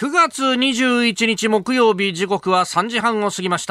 9月21日木曜日、時刻は3時半を過ぎました。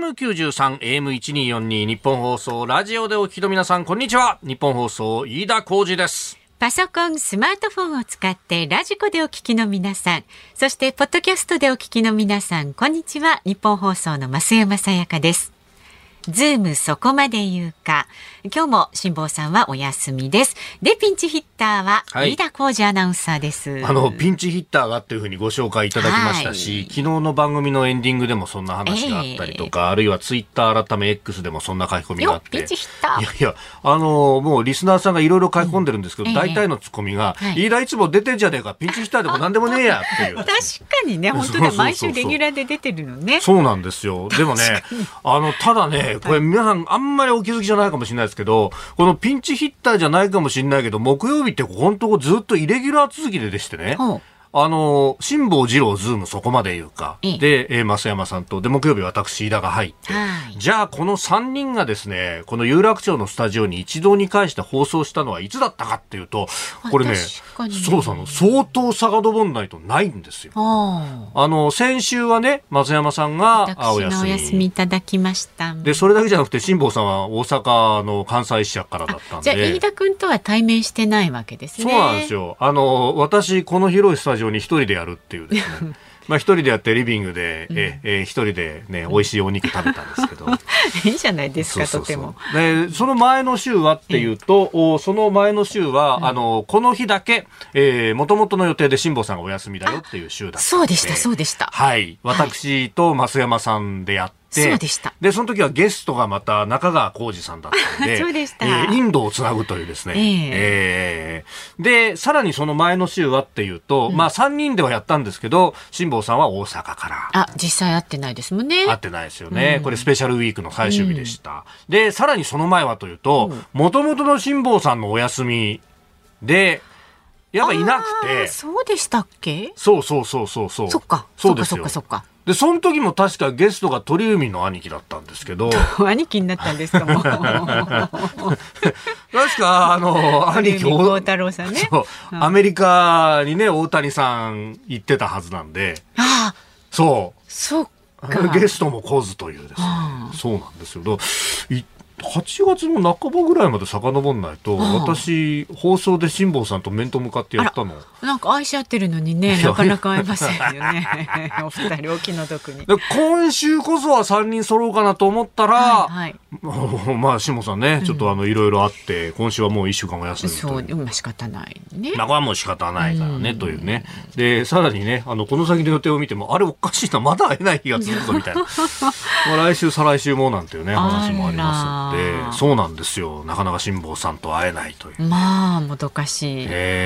FM93 AM1242 日本放送ラジオでお聞きの皆さん、こんにちは。日本放送飯田浩司です。 パソコン、スマートフォンを使ってラジコでお聞きの皆さん、そしてポッドキャストでお聞きの皆さん、こんにちは。日本放送の増山さやかです。ズームそこまで言うか。今日も辛坊さんはお休みです。で、ピンチヒッターは飯田浩司アナウンサーです。 ピンチヒッターがっていうふうにご紹介いただきましたし、昨日の番組のエンディングでもそんな話があったりとか、あるいはツイッター改め X でもそんな書き込みがあって、 ピンチヒッター。 いやもうリスナーさんがいろいろ書き込んでるんですけど、大体のツッコミが、飯田いつも出てんじゃねえか、ピンチヒッターでもなんでもねえやっていう。 確かにね、本当で毎週レギュラーで出てるのね。 そうなんですよ。でもね、ただね、これ皆さんあんまりお気づきじゃないかもしれないですけど、このピンチヒッターじゃないかもしれないけど、木曜日ってここのとこずっとイレギュラー続きでしてね、辛坊治郎ズームそこまで言うかで、増山さんとで木曜日私飯田が入って、じゃあこの3人がですね、この有楽町のスタジオに一堂に会して放送したのはいつだったかっていうと、これね、相当遡んないとないんですよ。先週はね、増山さんがお休みいただきました。 でそれだけじゃなくて辛坊さんは大阪の関西支社からだったんで、 じゃあ飯田君とは対面してないわけですね。 そうなんですよ。私この広いスタジオに一人でやるっていうですね一人でやってリビングで、一人でね美味しいお肉食べたんですけどいいじゃないですか。とてもでその前の週はっていうと、その前の週は、この日だけ元々の予定で辛坊さんがお休みだよっていう週だったので、 そうでした。 はい、私と増山さんでやって、 そうでした。 でその時はゲストがまた中川浩二さんだったんでそうでした。 インドをつなぐというですね、でさらにその前の週はっていうと、3人ではやったんですけど、辛坊さんは大阪から実際会ってないですもんね。 会ってないですよね、これスペシャルウィークの最終日でした、でさらにその前はというと、元々の辛坊さんのお休みでやっぱいなくて。 そうでしたっけ。 そうそっかそうですよ。でその時も確かゲストが鳥海の兄貴だったんですけど兄貴になったんですかもう確か兄貴大太郎さんね、 アメリカにね大谷さん行ってたはずなんで、ゲストも来ずというですね、そうなんですよ。8月の半ばぐらいまで遡んないと、私放送で辛坊さんと面と向かってやったの。 なんか愛し合ってるのにね、なかなか会えませんよねお二人お気の毒に。 今週こそは3人揃うかなと思ったら、辛坊さんね、ちょっといろいろあって今週はもう1週間お休みという。 そうでも仕方ないね。 これはもう仕方ないからね、というね。でさらにね、この先の予定を見てもあれおかしいな、まだ会えない日が続くぞみたいな来週再来週もなんていうね話もありますので、そうなんですよ。なかなか辛坊さんと会えないという、 もどかしい。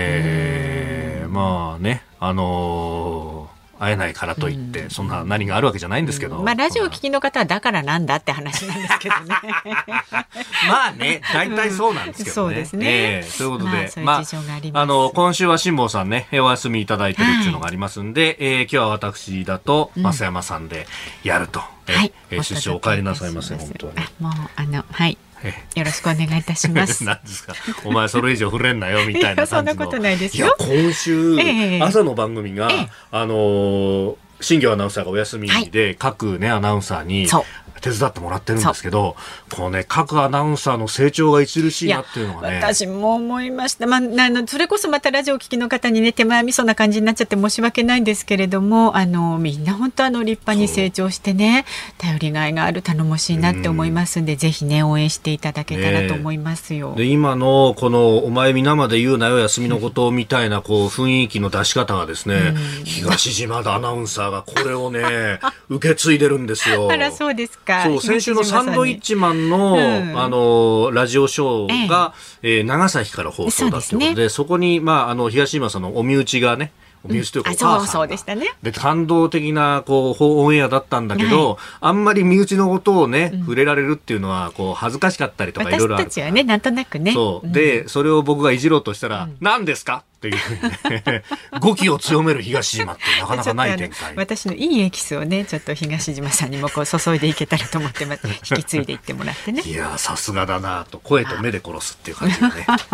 まあね、会えないからといってそんな何があるわけじゃないんですけど、 ラジオを聞きの方はだからなんだって話なんですけどねまあね、大体そうなんですけどね。そうですね。ということで、 そういう事情があります。 今週は辛坊さんねお休みいただいてるっていうのがありますんで、今日は私だと増山さんでやると、出張お帰りなさいませ。本当はね、 もうよろしくお願いいたします何ですか、お前それ以上触れんなよみたいな感じのそんなことないですよ。 今週、朝の番組が、新業アナウンサーがお休みで、各ねアナウンサーに手伝ってもらってるんですけど、こうね、各アナウンサーの成長が著しいなっていうのがね、 私も思いました。それこそまたラジオを聞きの方にね、手前味噌な感じになっちゃって申し訳ないんですけれども、みんな本当立派に成長してね、頼りがいがある、頼もしいなって思いますんで、ぜひね応援していただけたらと思いますよ。 で今のこのお前皆まで言うなよ休みのことみたいなこう雰囲気の出し方がですね、東島アナウンサーがこれをね受け継いでるんですよ。 あら、そうですか。 先週のサンドイッチマンの、ラジオショーが、長崎から放送だということで、そこに、東島さんのお身内がね、お身内というかお母さんが、 そうでしたね。 で感動的なオンエアだったんだけど、あんまり身内のことをね、触れられるっていうのは恥ずかしかったりとかいろいろある。 私たちはね、なんとなくね。 でそれを僕がいじろうとしたら、何ですかっていうふうにね語気を強める東島ってなかなかない展開。 私のいいエキスをねちょっと東島さんにもこう注いでいけたらと思ってます引き継いでいってもらってね。 いやさすがだなと、声と目で殺すっていう感じが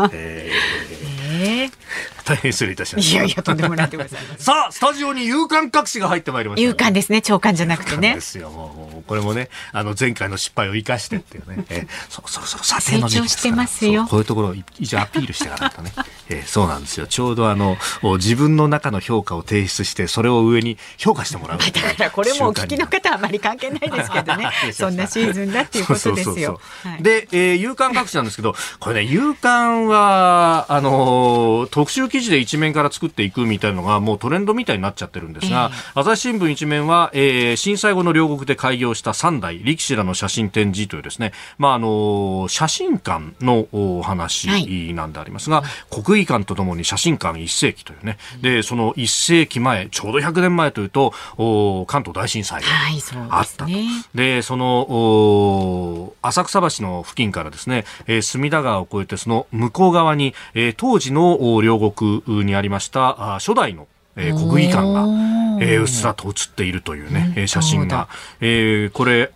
ね大変失礼いたしました。 いやいやとんでもないでございますさあスタジオに夕刊各紙が入ってまいりました、ね、 夕刊ですね、長官じゃなくてね。 ですよ。もうこれもね前回の失敗を生かしてっていうね、そろそろ撮影の時期ですから、 成長してますよ。 こういうところを一応アピールしていかないとね、そうなんですよ。ちょうど自分の中の評価を提出してそれを上に評価してもらう。だからこれもお聞きの方はあまり関係ないですけどねそんなシーズンだっていうことですよ。 で、夕刊各紙なんですけど、これね夕刊は特集記事で一面から作っていくみたいなのがもうトレンドみたいになっちゃってるんですが、朝日新聞一面は、震災後の両国で開業した3代力士らの写真展示というですね、写真館のお話なんでありますが、国技館とともに写真館1世紀というね、でその1世紀前、ちょうど100年前というと関東大震災があったと。でその浅草橋の付近からですね、隅田川を越えてその向こう側に、当時の両国にありました初代の国技館が、うっすらと写っているというね、写真が、これ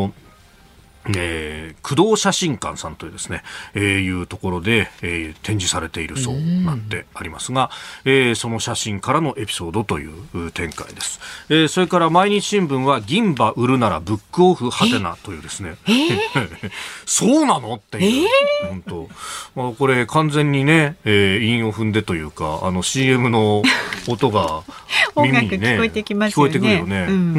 工藤写真館さんというですね、いうところで、展示されているそうなんてありますが、その写真からのエピソードという展開です。それから毎日新聞は銀歯売るならブックオフはてなというですね、そうなのっていう、本当、これ完全にね、韻を踏んでというかCM の音が耳にね音楽聞こえてきますよね。 聞こえてくるよ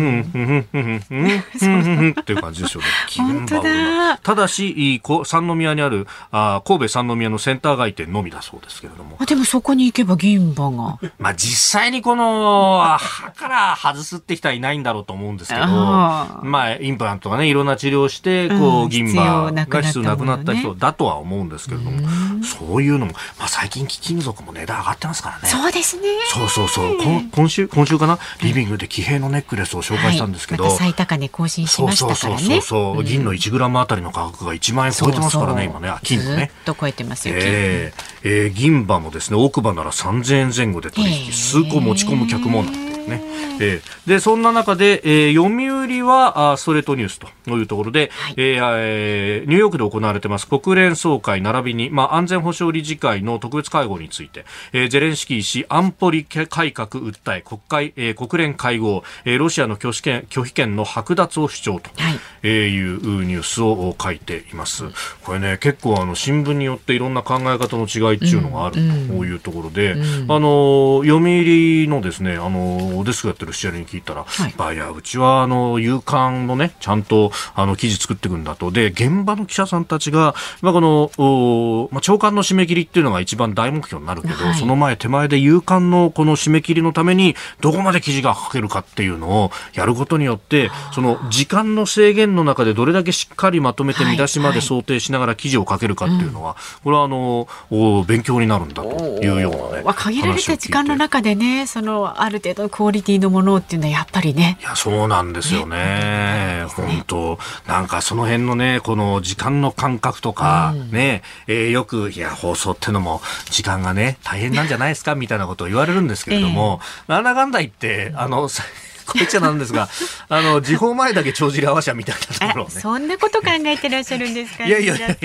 ね。っていう感じですよね。 本当だ。 ただし三宮にある神戸三宮のセンター街店のみだそうですけれども、 でもそこに行けば銀歯が実際にこの歯から外すって人はいないんだろうと思うんですけど、インプラントがねいろんな治療して銀歯が必要なくなった人だとは思うんですけれども、そういうのも、最近貴金属も値段上がってますからね。 そうですね。 そう今週かな、リビングで騎兵のネックレスを紹介したんですけど、 最高値更新しましたからね。 銀の1グラムあたりの価格が1万円超えてますからね、今ね。金のねずっと超えてますよ。 銀歯もですね、奥歯なら3000円前後で取引、数個持ち込む客もなんてね。でそんな中で、読売はストレートニュースというところで、ニューヨークで行われてます国連総会並びに、安全保障理事会の特別会合について、ゼレンスキー氏安保理改革訴え国連会合、ロシアの拒否権の剥奪を主張というニュースを書いています。これね結構新聞によっていろんな考え方の違いっていうのがあるというところで、読売のですねデスクやってる記者に聞いたら、いやうちは夕刊のねちゃんと記事作っていくんだと。で現場の記者さんたちが、この朝刊の締め切りっていうのが一番大目標になるけど、その手前で夕刊のこの締め切りのためにどこまで記事が書けるかっていうのをやることによって、その時間の制限の中でどれだけしっかりまとめて見出しまで想定しながら記事を書けるかっていうのは、これは勉強になるんだというようなね、 限られた時間の中でね、ある程度のクオリティのものっていうのはやっぱりね。 いやそうなんですよね。本当なんかその辺のねこの時間の感覚とかね、よく放送ってのも時間がね大変なんじゃないですかみたいなことを言われるんですけれども、なんだかんだ言ってこいつなんですが時報前だけ帳尻合わせみたいなところをね。 そんなこと考えてらっしゃるんですか。 いや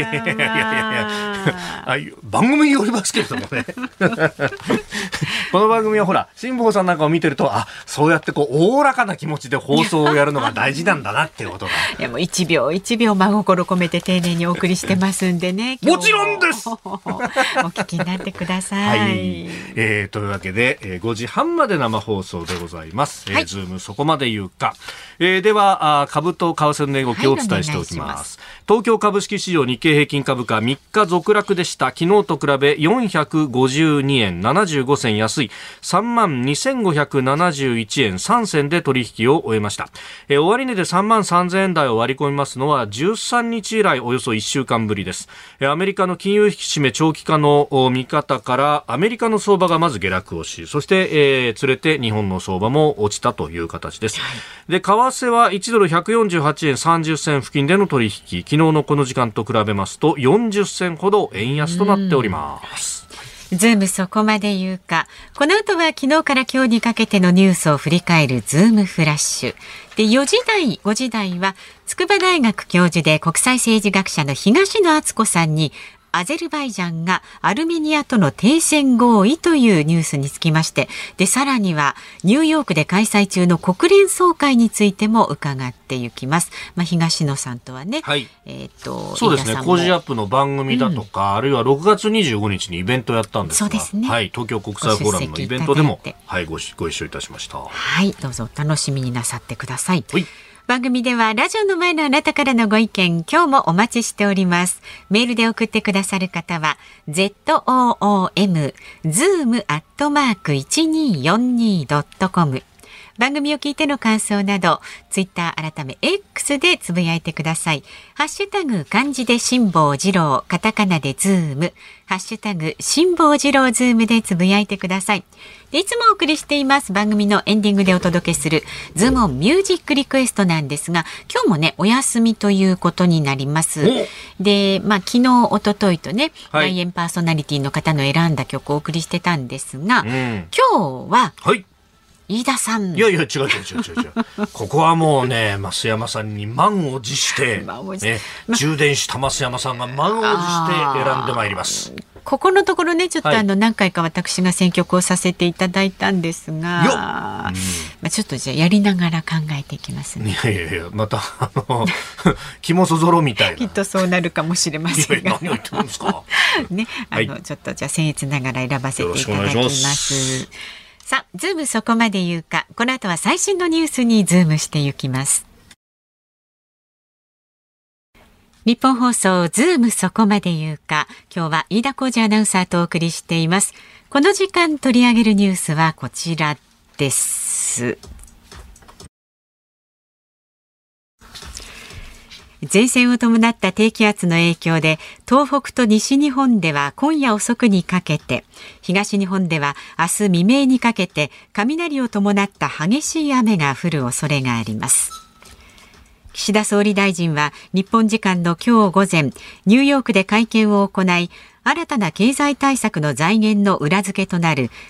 番組によりますけれどもねこの番組はほら辛坊さんなんかを見てるとそうやっておおらかな気持ちで放送をやるのが大事なんだなっていうことがいやもう一秒一秒真心込めて丁寧にお送りしてますんでねもちろんですお聞きになってください。 というわけで、5時半まで生放送でございます。ズームそこまで言うか。では株と為替の値動きをお伝えしておきます。東京株式市場日経平均株価3日続落でした。昨日と比べ452円75銭安い 32,571 円3銭で取引を終えました。終値で 33,000 円台を割り込みますのは13日以来およそ1週間ぶりです。アメリカの金融引き締め長期化の見方からアメリカの相場がまず下落をし、そして、連れて日本の相場も落ちたという形です。で、為替は1ドル148円30銭付近での取引、昨日のこの時間と比べますと40銭ほど円安となっております。 ズームそこまで言うか。この後は昨日から今日にかけてのニュースを振り返るズームフラッシュ。で、4時台、5時台は筑波大学教授で国際政治学者の東野篤子さんにアゼルバイジャンがアルメニアとの停戦合意というニュースにつきまして、でさらにはニューヨークで開催中の国連総会についても伺っていきます。東野さんとはね、 はい、そうですね、コージーアップの番組だとか、あるいは6月25日にイベントやったんですが、 そうですね、 はい、東京国際フォーラムのイベントでも、はい、ご一緒いたしました。 はい、どうぞお楽しみになさってください。 はい、 番組ではラジオの前のあなたからのご意見、今日もお待ちしております。メールで送ってくださる方は zoom@1242.com、 番組を聞いての感想などツイッター改め X でつぶやいてください。ハッシュタグ漢字で辛坊治郎、カタカナでズーム、ハッシュタグ辛坊治郎ズームでつぶやいてください。でいつもお送りしています番組のエンディングでお届けするズームオンミュージックリクエストなんですが、今日もねお休みということになります。で、昨日一昨日とね、来園パーソナリティの方の選んだ曲をお送りしてたんですが、今日は、飯田さん。 いや違うここはもうね、増山さんに満を持して、充電した増山さんが満を持して選んでまいります。 ここのところね、ちょっと何回か私が選曲をさせていただいたんですが、ちょっとじゃあやりながら考えていきますね。 いやまた肝そぞろみたいな。 きっとそうなるかもしれませんが。 何を言ってるんですか。 ね、ちょっとじゃあ僭越ながら選ばせていただきます。さあ、ズームそこまで言うか。この後は最新のニュースにズームしていきます。日本放送ズームそこまで言うか。今日は飯田浩司アナウンサーとお送りしています。この時間取り上げるニュースはこちらです。前線を伴った低気圧の影響で東北と西日本では今夜遅くにかけて、東日本では明日未明にかけて雷を伴った激しい雨が降る恐れがあります。岸田総理大臣は日本時間の今日午前、ニューヨークで会見を行い、新たな経済対策の財源の裏付けとなる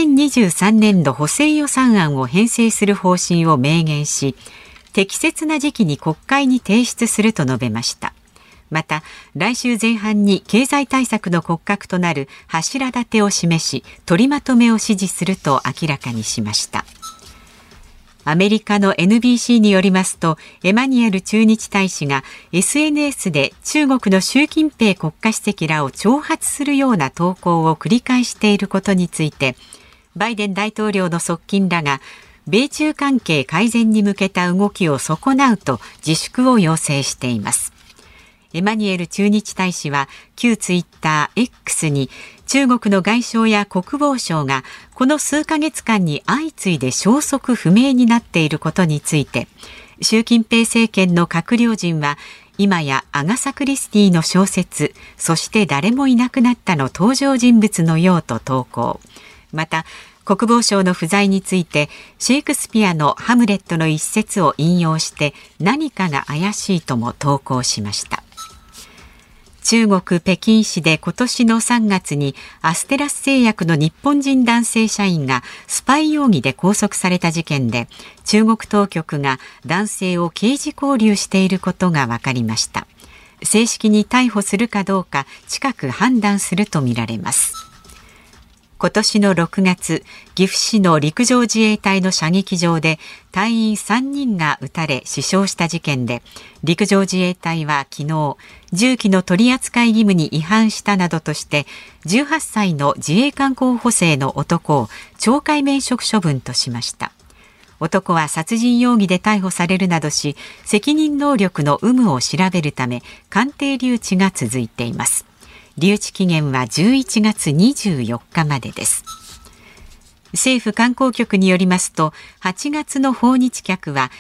2023年度補正予算案を編成する方針を明言し、適切な時期に国会に提出すると述べました。また、来週前半に経済対策の骨格となる柱立てを示し、取りまとめを指示すると明らかにしました。アメリカの NBC によりますと、エマニュエル駐日大使が SNS で中国の習近平国家主席らを挑発するような投稿を繰り返していることについて、バイデン大統領の側近らが米中関係改善に向けた動きを損なうと自粛を要請しています。エマニュエル駐日大使は旧ツイッター X に、中国の外相や国防相がこの数ヶ月間に相次いで消息不明になっていることについて、習近平政権の閣僚陣は今やアガサ・クリスティの小説、そして誰もいなくなったの登場人物のようと投稿。また国防省の不在について、シェイクスピアのハムレットの一節を引用して何かが怪しいとも投稿しました。中国北京市で今年の3月にアステラス製薬の日本人男性社員がスパイ容疑で拘束された事件で、中国当局が男性を刑事拘留していることが分かりました。正式に逮捕するかどうか近く判断するとみられます。今年の6月、岐阜市の陸上自衛隊の射撃場で隊員3人が撃たれ死傷した事件で、陸上自衛隊は昨日、銃器の取扱義務に違反したなどとして18歳の自衛官候補生の男を懲戒免職処分としました。男は殺人容疑で逮捕されるなどし、責任能力の有無を調べるため鑑定留置が続いています。留置期限は11月24日までです。政府観光局によりますと、8月の訪日客は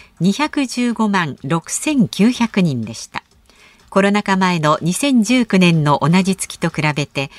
215万6900人でした。コロナ禍前の2019年の同じ月と比べて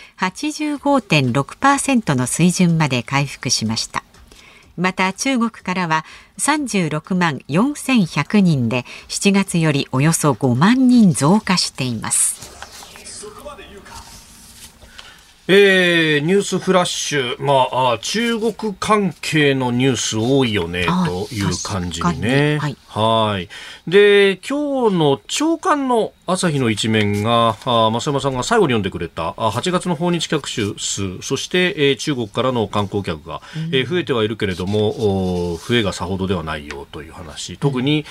85.6% の水準まで回復しました。また中国からは36万4100人で、7月よりおよそ5万人増加しています。 ニュースフラッシュ、中国関係のニュース多いよねという感じにね。はい。で、今日の朝刊の朝日の一面が、増山さんが最後に読んでくれた8月の訪日客数、そして、中国からの観光客が、増えてはいるけれども、増えがさほどではないよという話。特に、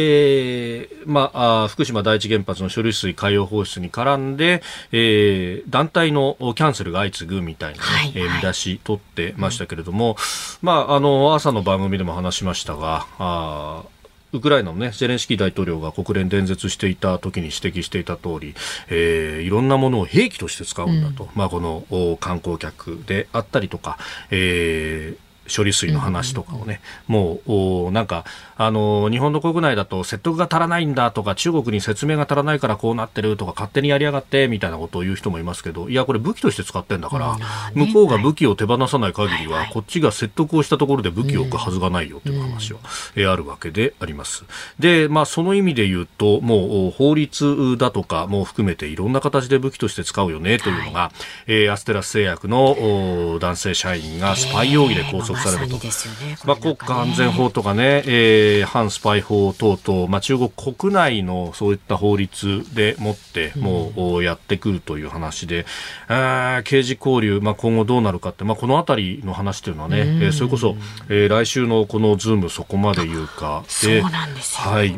福島第一原発の処理水海洋放出に絡んで、団体のキャンセルが相次ぐみたいな、見出し取ってましたけれども、朝の番組でも話しましたが、ウクライナのね、ゼレンスキー大統領が国連で演説していた時に指摘していた通り、いろんなものを兵器として使うんだと、この観光客であったりとか、処理水の話とかをね、もうなんか日本の国内だと説得が足らないんだとか、中国に説明が足らないからこうなってるとか、勝手にやりやがってみたいなことを言う人もいますけど、いやこれ武器として使ってんだから、向こうが武器を手放さない限りは、こっちが説得をしたところで武器を置くはずがないよという話は、あるわけであります。で、その意味で言うと、もう法律だとかも含めていろんな形で武器として使うよねというのが、アステラス製薬の男性社員がスパイ容疑で拘束されると、国家安全法とかね、反スパイ法等々、中国国内のそういった法律でもってもうやってくるという話で、刑事拘留、今後どうなるかって、このあたりの話というのはね、それこそ、来週のこのズームそこまで言うかで、 そうなんですよ、 はい、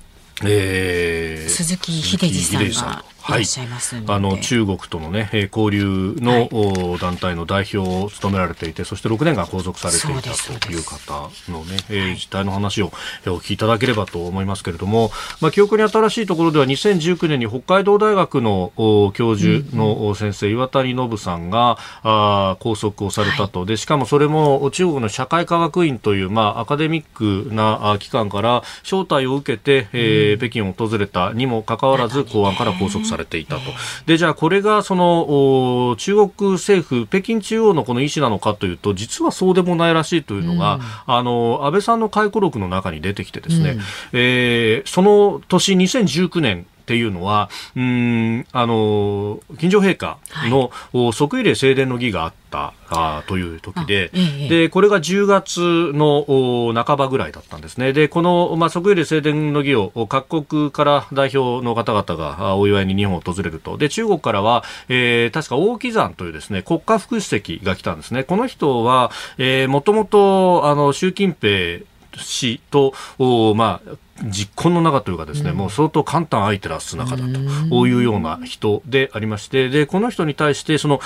鈴木秀治さんがいらっしゃいますので、 中国との、ね、交流の、団体の代表を務められていて、そして6年間拘束されていたという方の、ね、実態の話をお聞きいただければと思いますけれども、記憶に新しいところでは2019年に北海道大学の教授の先生、岩谷信さんが拘束をされたと。でしかもそれも中国の社会科学院という、アカデミックな機関から招待を受けて、北京を訪れたにもかかわらず公安から拘束されていたと。で、じゃあこれがその中国政府、北京中央のこの意思なのかというと、実はそうでもないらしいというのが、安倍さんの回顧録の中に出てきてですね、その年2019年っていうのは、金城陛下の即位礼正殿の儀があったという時で、でこれが10月の半ばぐらいだったんですね。でこの、即位礼正殿の儀を各国から代表の方々がお祝いに日本を訪れると。で中国からは、確か王岐山というですね国家副主席が来たんですね。この人はもともと習近平氏と実婚の仲というかですね、もう相当簡単空いてらっす仲だというような人でありまして、でこの人に対してその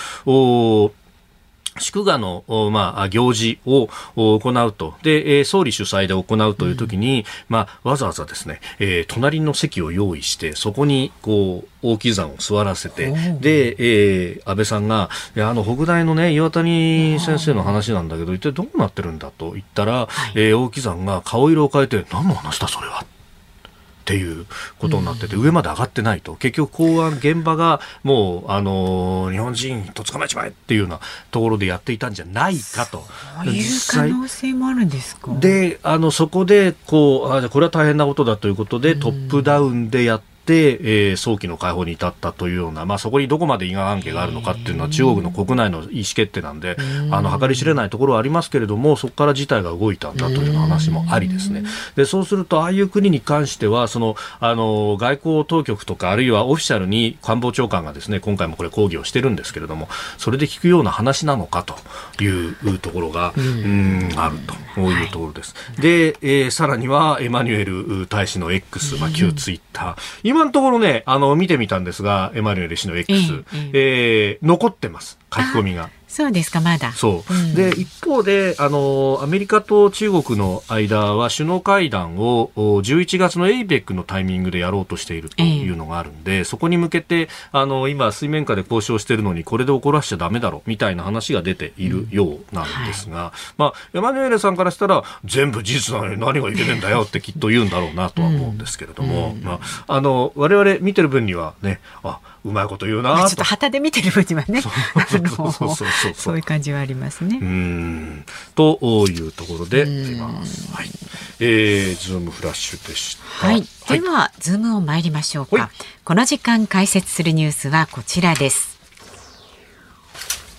祝賀の、行事を行うと。で、総理主催で行うという時に、わざわざですね、隣の席を用意して、そこに、王岐山を座らせて、で、安倍さんが、北大のね、岩谷先生の話なんだけど、一体どうなってるんだと言ったら、王岐山が顔色を変えて、何の話だそれは。っていうことになってて、上まで上がってないと。結局公安現場がもう日本人と捕まえちまえっていうようなところでやっていたんじゃないかと。 そういう可能性もあるんですか。 でそこでこれは大変なことだということで、トップダウンでやって早期の解放に至ったというような、そこにどこまで因果関係があるのかっていうのは中国の国内の意思決定なんで、計り知れないところはありますけれども、そこから事態が動いたんだというような話もありですね。でそうするとああいう国に関してはその外交当局とかあるいはオフィシャルに官房長官がですね今回もこれ抗議をしてるんですけれども、それで聞くような話なのかというところがあるというところです。で、さらにはエマニュエル大使の X、旧ツイッター、今のところね、見てみたんですが、エマニュエル氏の X、残ってます、書き込みが。 そうですか、まだ。 そう。で、一方で、アメリカと中国の間は首脳会談を11月の APEC のタイミングでやろうとしているというのがあるんで、そこに向けて、今、水面下で交渉しているのに、これで怒らしちゃダメだろ、みたいな話が出ているようなんですが、エマニュエルさんからしたら、全部事実なのに何がいけねえんだよってきっと言うんだろうなとは思うんですけれども、我々見てる分にはね、うまいこと言うなと、 ちょっと旗で見てる分にはね、そういう感じはありますね。 というところであります。はい。ズームフラッシュでした。 はい。では、ズームを参りましょうか。この時間解説するニュースはこちらです。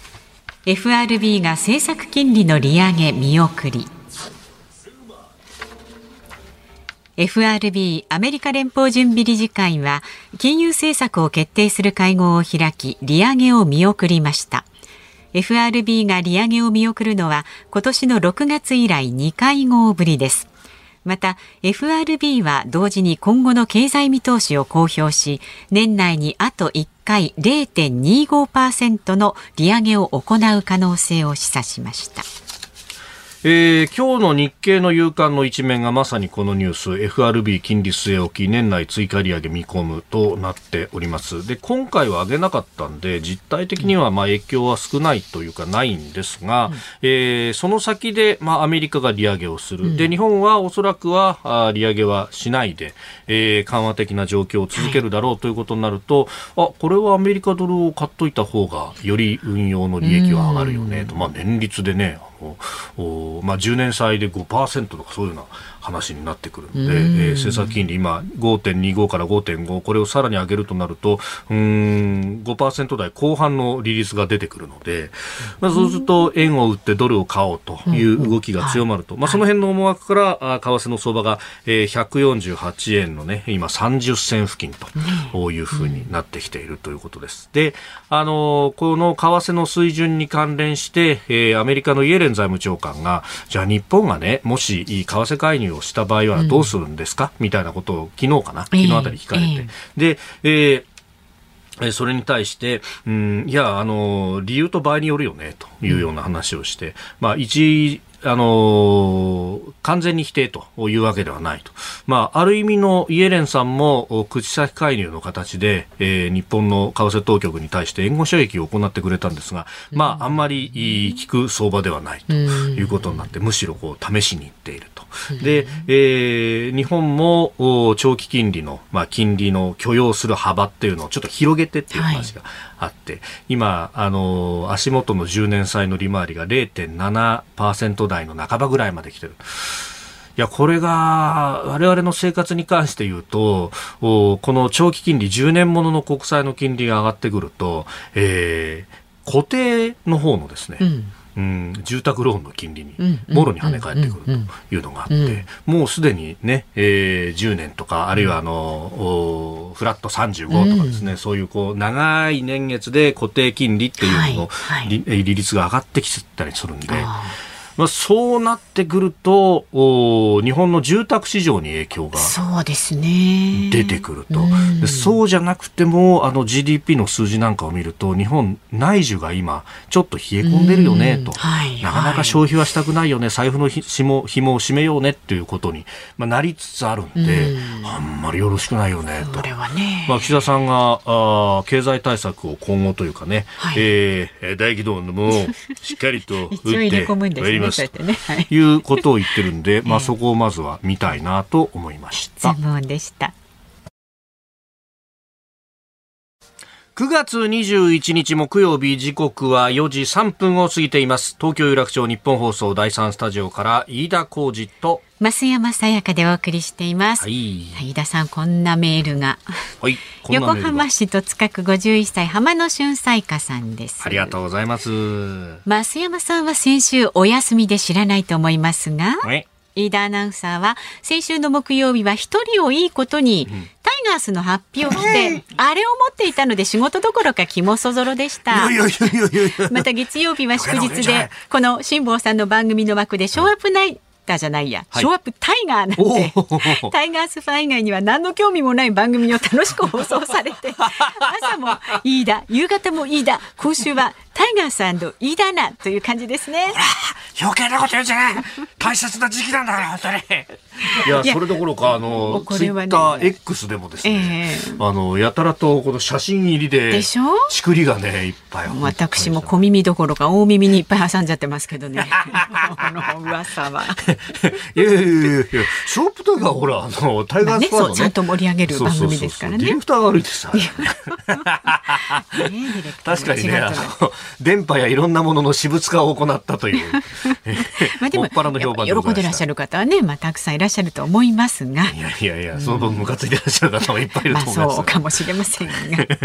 FRB が政策金利の利上げ見送り。FRB アメリカ連邦準備理事会は金融政策を決定する会合を開き、利上げを見送りました。FRB が利上げを見送るのは今年の6月以来2会合ぶりです。また FRB は同時に今後の経済見通しを公表し、年内にあと1回 0.25% の利上げを行う可能性を示唆しました。 今日の日経の夕刊の一面がまさにこのニュース、 FRB 金利据え置き、年内追加利上げ見込むとなっております。で、今回は上げなかったんで実態的には影響は少ないというかないんですが、その先でアメリカが利上げをする。で、日本はおそらくは利上げはしないで、緩和的な状況を続けるだろうということになると、これはアメリカドルを買っといた方がより運用の利益は上がるよねと、年率でね、10年債で 5% とかそういうような話になってくるので、政策金利今 5.25 から 5.5、 これをさらに上げるとなると5% 台後半の利率が出てくるので、そうすると円を売ってドルを買おうという動きが強まると、その辺の思惑から為替の相場が148円のね今30銭付近というふうになってきているということです。で、この為替の水準に関連して、アメリカのイエレン財務長官が、じゃあ日本がねもし為替介入をした場合はどうするんですか、みたいなことを昨日あたり聞かれて、で、それに対していや理由と場合によるよねというような話をして、完全に否定というわけではないと。ある意味のイエレンさんも口先介入の形で、日本の為替当局に対して援護射撃を行ってくれたんですが、あんまり効く相場ではないということになって、むしろ試しにいっていると。で、日本も長期金利の、金利の許容する幅っていうのをちょっと広げてっていう話があって、今足元の10年債の利回りが 0.7% 台の半ばぐらいまで来てる。いや、これが我々の生活に関して言うと、この長期金利10年ものの国債の金利が上がってくると、固定の方のですね、住宅ローンの金利にもろに跳ね返ってくるというのがあって、もうすでにね、10年とかあるいはフラット35とかですね、そういう長い年月で固定金利っていうのの利率が上がってきたりするんで、そうなってくると日本の住宅市場に影響が出てくると。そうじゃなくてもGDP の数字なんかを見ると、日本内需が今ちょっと冷え込んでるよねと、なかなか消費はしたくないよね、財布の紐を締めようねっていうことに、なりつつあるんで、あんまりよろしくないよねと。岸田さんが経済対策を今後というかね、大規模のものをしっかりと打ってまいりますということを言ってるんで、そこをまずは見たいなと思いました。 質問でした。 9月21日木曜日、時刻は4時3分を過ぎています。東京有楽町日本放送第3スタジオから飯田浩司と増山さやかでお送りしています。飯田さん、こんなメールが、横浜市戸塚区51歳浜野俊彩花さんです。 ありがとうございます。 増山さんは先週お休みで知らないと思いますが、飯田アナウンサーは先週の木曜日は一人をいいことに、タイガースの発表をして、あれを持っていたので仕事どころか気もそぞろでした。また月曜日は祝日で、この辛坊さんの番組の枠でショーアップナイターじゃないや、ショーアップタイガーなんてタイガースファン以外には何の興味もない番組を楽しく放送されて、朝も飯田、夕方も飯田、今週はタイガース&飯田なという感じですね。 ほら、余計なこと言うんじゃない。大切な時期なんだから本当に。いや、それどころかツイッター X でもですね、やたらとこの写真入りでちくりがねいっぱい。 私も小耳どころか大耳にいっぱい挟んじゃってますけどね。この噂はいや、ショープタイガーほら、タイガースファンのね、 ちゃんと盛り上げる番組ですからね。 ディレクターが悪いです。確かにね、電波やいろんなものの私物化を行ったという。 でも、喜んでらっしゃる方はね、たくさんいらっしゃると思いますが。 いや、その分ムカついてらっしゃる方もいっぱいいると思います。 そうかもしれませんが。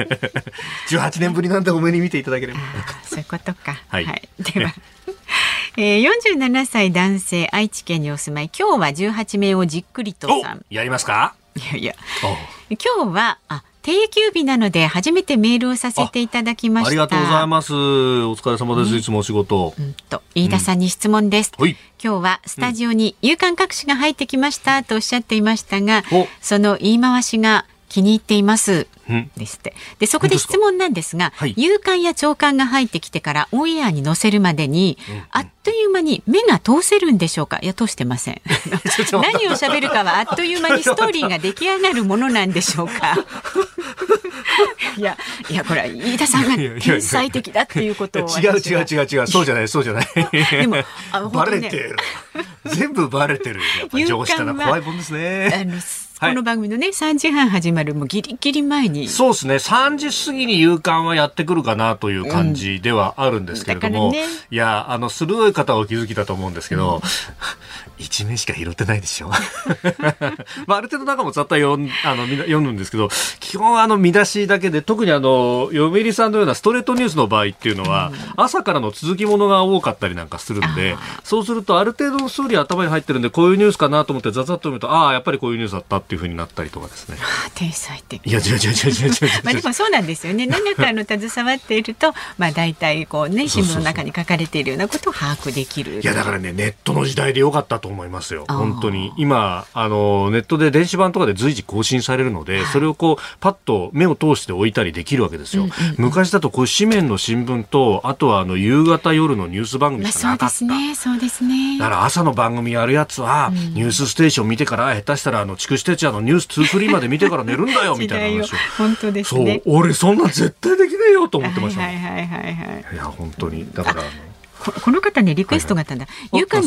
18年ぶりなんでお目に見ていただければ。 そういうことか。 はい。 では。47歳男性、愛知県にお住まい、今日は18名をじっくりとさん。 やりますか？ いや今日は定休日なので初めてメールをさせていただきました。 ありがとうございます。お疲れ様です。いつもお仕事。 飯田さんに質問です。 今日はスタジオに夕刊各紙が入ってきましたとおっしゃっていましたが、その言い回しが気に入っていますですって。で、そこで質問なんですが、夕刊や朝刊が入ってきてからオンエアに載せるまでに、あっという間に目が通せるんでしょうか？いや、通してません。何を喋るかはあっという間にストーリーが出来上がるものなんでしょうか？いや、これは飯田さんが天才的だっていうことを。 違う。そうじゃない。でも、バレてる。全部バレてる。やっぱり上司だな、怖いもんですね。 この番組のね、3時半始まるもうギリギリ前に。 そうですね。3時過ぎに夕刊はやってくるかなという感じではあるんですけれども、いや、鋭い方はお気づきだと思うんですけど、1名しか拾ってないでしょ。ある程度中も雑多読むんですけど、基本見出しだけで、特に読売さんのようなストレートニュースの場合っていうのは、朝からの続きものが多かったりなんかするんで、そうするとある程度のストーリー頭に入ってるんで、こういうニュースかなと思ってざざっと読むと、やっぱりこういうニュースだったっていう風になったりとかですね。 天才的。 いや、違う。 でもそうなんですよね。何か携わっていると、大体こうね、新聞の中に書かれているようなことを把握できる。 いや、だからね、ネットの時代でよかったと思いますよ。本当に。今、ネットで電子版とかで随時更新されるので、それをこう、パッと目を通して置いたりできるわけですよ。昔だとこう、紙面の新聞と、あとは夕方夜のニュース番組しかなかった。 そうですね。 だから朝の番組やるやつは、ニュースステーション見てから、下手したら筑紫哲也のニュース2-3まで見てから寝るんだよみたいな話を。 本当ですね。 そう、俺そんな絶対できねえよと思ってました。 いや、本当に。だからこの方ね、リクエストがあったんだ。夕刊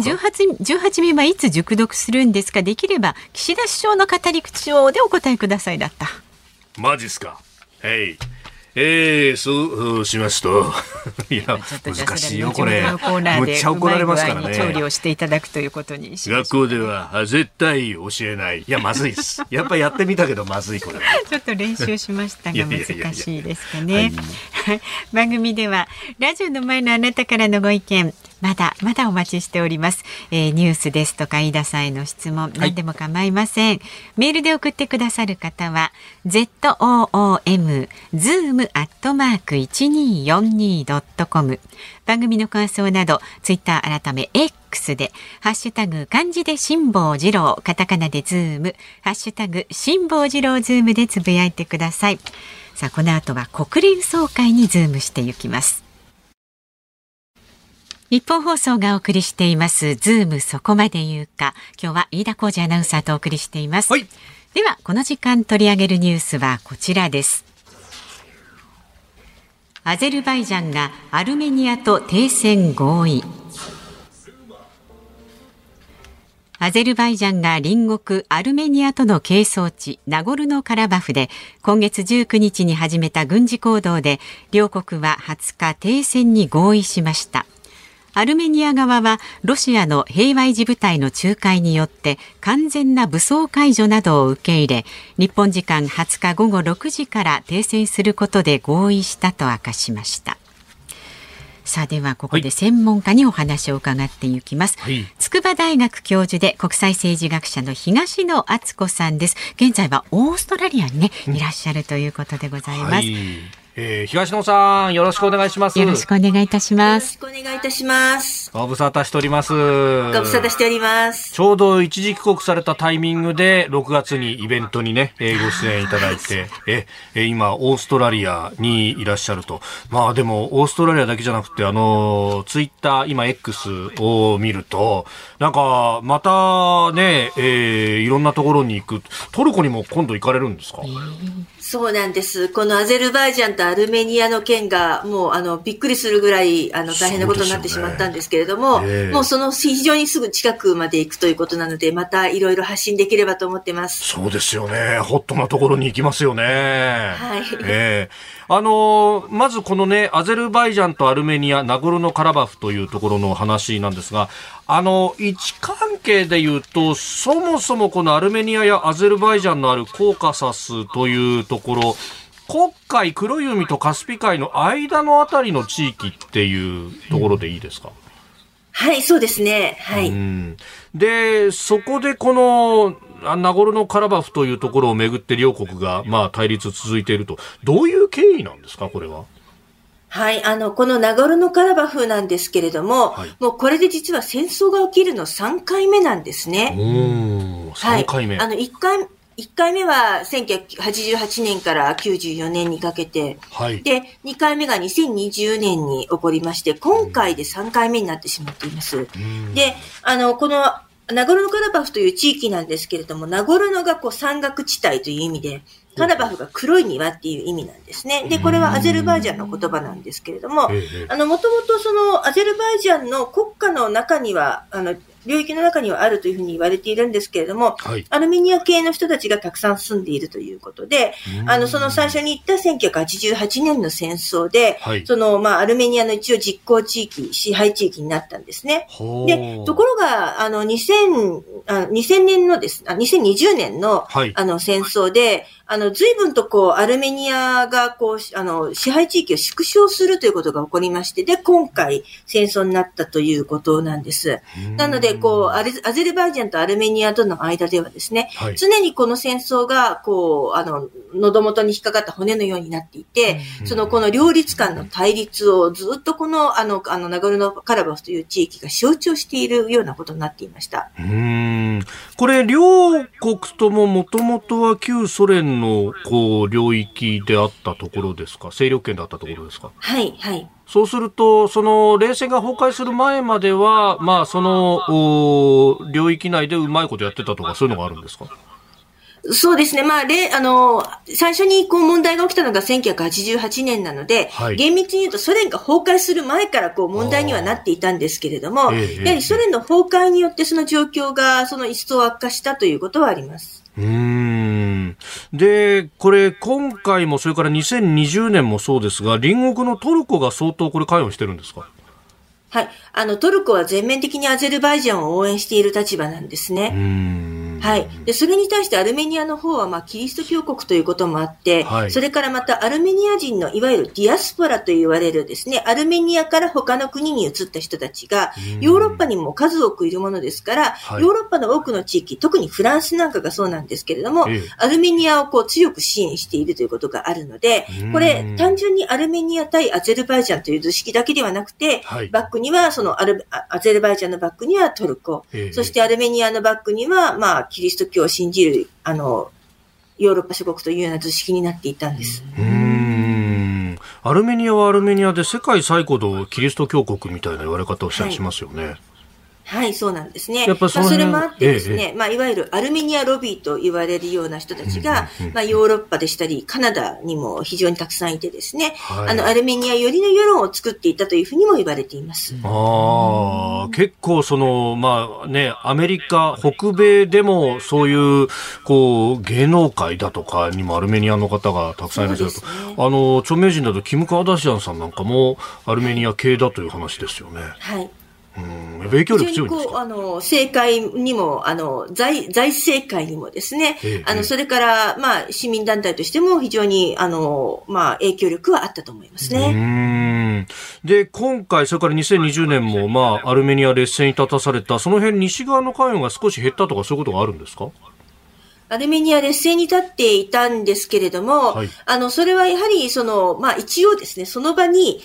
18名はいつ熟読するんですか？できれば岸田首相の語り口調でお答えくださいだった。 マジっすか？そうしますといや難しいよこれ。むっちゃ怒られますからね。 調理をしていただくということにしまし学校では絶対教えない。いやまずいです。やっぱやってみたけどまずいこれ。 ちょっと練習しましたが難しいですかね。番組ではラジオの前のあなたからのご意見まだお待ちしております。ニュースですとか飯田さんへの質問、何でも構いません。メールで送ってくださる方は zoom@1242.com 番組の感想などツイッター改め X でハッシュタグ漢字で辛坊治郎カタカナでズームハッシュタグ辛坊治郎ズームでつぶやいてください。さあこの後は国連総会にズームしていきます。日本放送がお送りしていますズームそこまで言うか。今日は飯田浩司アナウンサーとお送りしています。ではこの時間取り上げるニュースはこちらです。アゼルバイジャンがアルメニアと停戦合意。アゼルバイジャンが隣国アルメニアとの係争地ナゴルノカラバフで今月19日に始めた軍事行動で両国は20日停戦に合意しました。アルメニア側はロシアの平和維持部隊の仲介によって完全な武装解除などを受け入れ、日本時間20日午後6時から停戦することで合意したと明かしました。さあではここで専門家にお話を伺っていきます。筑波大学教授で国際政治学者の東野篤子さんです。現在はオーストラリアにね、いらっしゃるということでございます。 東野さんよろしくお願いします。 よろしくお願いいたします。 よろしくお願いいたします。 ご無沙汰しております。 ご無沙汰しております。 ちょうど一時帰国されたタイミングで6月にイベントにね、ご出演いただいて今オーストラリアにいらっしゃると。まあでもオーストラリアだけじゃなくてツイッター今 X を見るとなんかまたね、いろんなところに行く。トルコにも今度行かれるんですか？ そうなんです。このアゼルバイジャンとったアルメニアの件がもうびっくりするぐらい大変なことになってしまったんですけれども、もうその非常にすぐ近くまで行くということなので、またいろいろ発信できればと思ってます。 そうですよね。ホットなところに行きますよね。 はい。 まずこのね、アゼルバイジャンとアルメニア、ナゴルノカラバフというところの話なんですが、位置関係で言うと、そもそもこのアルメニアやアゼルバイジャンのあるコーカサスというところ、黒海、黒い海とカスピ海の間のあたりの地域っていうところでいいですか？ はい、そうですね。はい。 で、そこでこのナゴルノカラバフというところをめぐって両国が対立続いていると、どういう経緯なんですか、これは？ はい、このナゴルノカラバフなんですけれども、はい、もうこれで実は戦争が起きるの3回目なんですね。 3回目。 はい、1回目は1988年から94年にかけて、はい、で、2回目が2020年に起こりまして、今回で3回目になってしまっています。で、このナゴルノカラバフという地域なんですけれども、ナゴルノが山岳地帯という意味で、カラバフが黒い庭っていう意味なんですね。で、これはアゼルバイジャンの言葉なんですけれども、もともとそのアゼルバイジャンの国家の中には、領域の中にはあるというふうに言われているんですけれども、はい、アルメニア系の人たちがたくさん住んでいるということで、その最初に言った1988年の戦争で、はい、アルメニアの一応実効地域、支配地域になったんですね。で、ところが、2000年の2020年の、はい、戦争で、随分とアルメニアが支配地域を縮小するということが起こりまして、で、今回戦争になったということなんです。なので、アゼルバイジャンとアルメニアとの間ではですね、はい、常にこの戦争が、喉元に引っかかった骨のようになっていて、この両立間の対立をずっとナゴルノカラバフという地域が象徴しているようなことになっていました。 これ、両国とももともとは旧ソ連の領域であったところですか？勢力圏だったところですか？ はい、はい。 そうすると、その冷戦が崩壊する前までは、その領域内でうまいことやってたとか、そういうのがあるんですか？ そうですね。最初に問題が起きたのが1988年なので、はい、厳密に言うとソ連が崩壊する前から問題にはなっていたんですけれども、やはりソ連の崩壊によってその状況が一層悪化したということはあります。 で、これ今回もそれから2020年もそうですが、隣国のトルコが相当これ関与してるんですか？ はい。トルコは全面的にアゼルバイジャンを応援している立場なんですね。はい。で、それに対してアルメニアの方は、キリスト教国ということもあって、はい、それからまたアルメニア人のいわゆるディアスポラと言われるですね、アルメニアから他の国に移った人たちが、ヨーロッパにも数多くいるものですから、はい、ヨーロッパの多くの地域、特にフランスなんかがそうなんですけれども、アルメニアを強く支援しているということがあるので、これ、単純にアルメニア対アゼルバイジャンという図式だけではなくて、はい、バックには、アゼルバイジャンのバックにはトルコ、そしてアルメニアのバックには、キリスト教を信じる、ヨーロッパ諸国というような図式になっていたんです。 アルメニアはアルメニアで世界最古のキリスト教国みたいな言われ方をしたりしますよね。 はい、そうなんですね。やっぱそれもあってですね、いわゆるアルメニアロビーと言われるような人たちが、ヨーロッパでしたり、カナダにも非常にたくさんいてですね、はい、アルメニア寄りの世論を作っていたというふうにも言われています。 結構アメリカ、北米でもそういう、芸能界だとかにもアルメニアの方がたくさんいらっしゃると。著名人だとキム・カーダシアンさんなんかもアルメニア系だという話ですよね。 はい。 影響力強いんですか？ 政界にも、財政界にもですね、それから、市民団体としても非常に、影響力はあったと思いますね。 で、今回、それから2020年も、アルメニア劣勢に立たされた、その辺西側の関与が少し減ったとか、そういうことがあるんですか？ アルメニア劣勢に立っていたんですけれども、はい、それはやはり、一応ですね、その場に、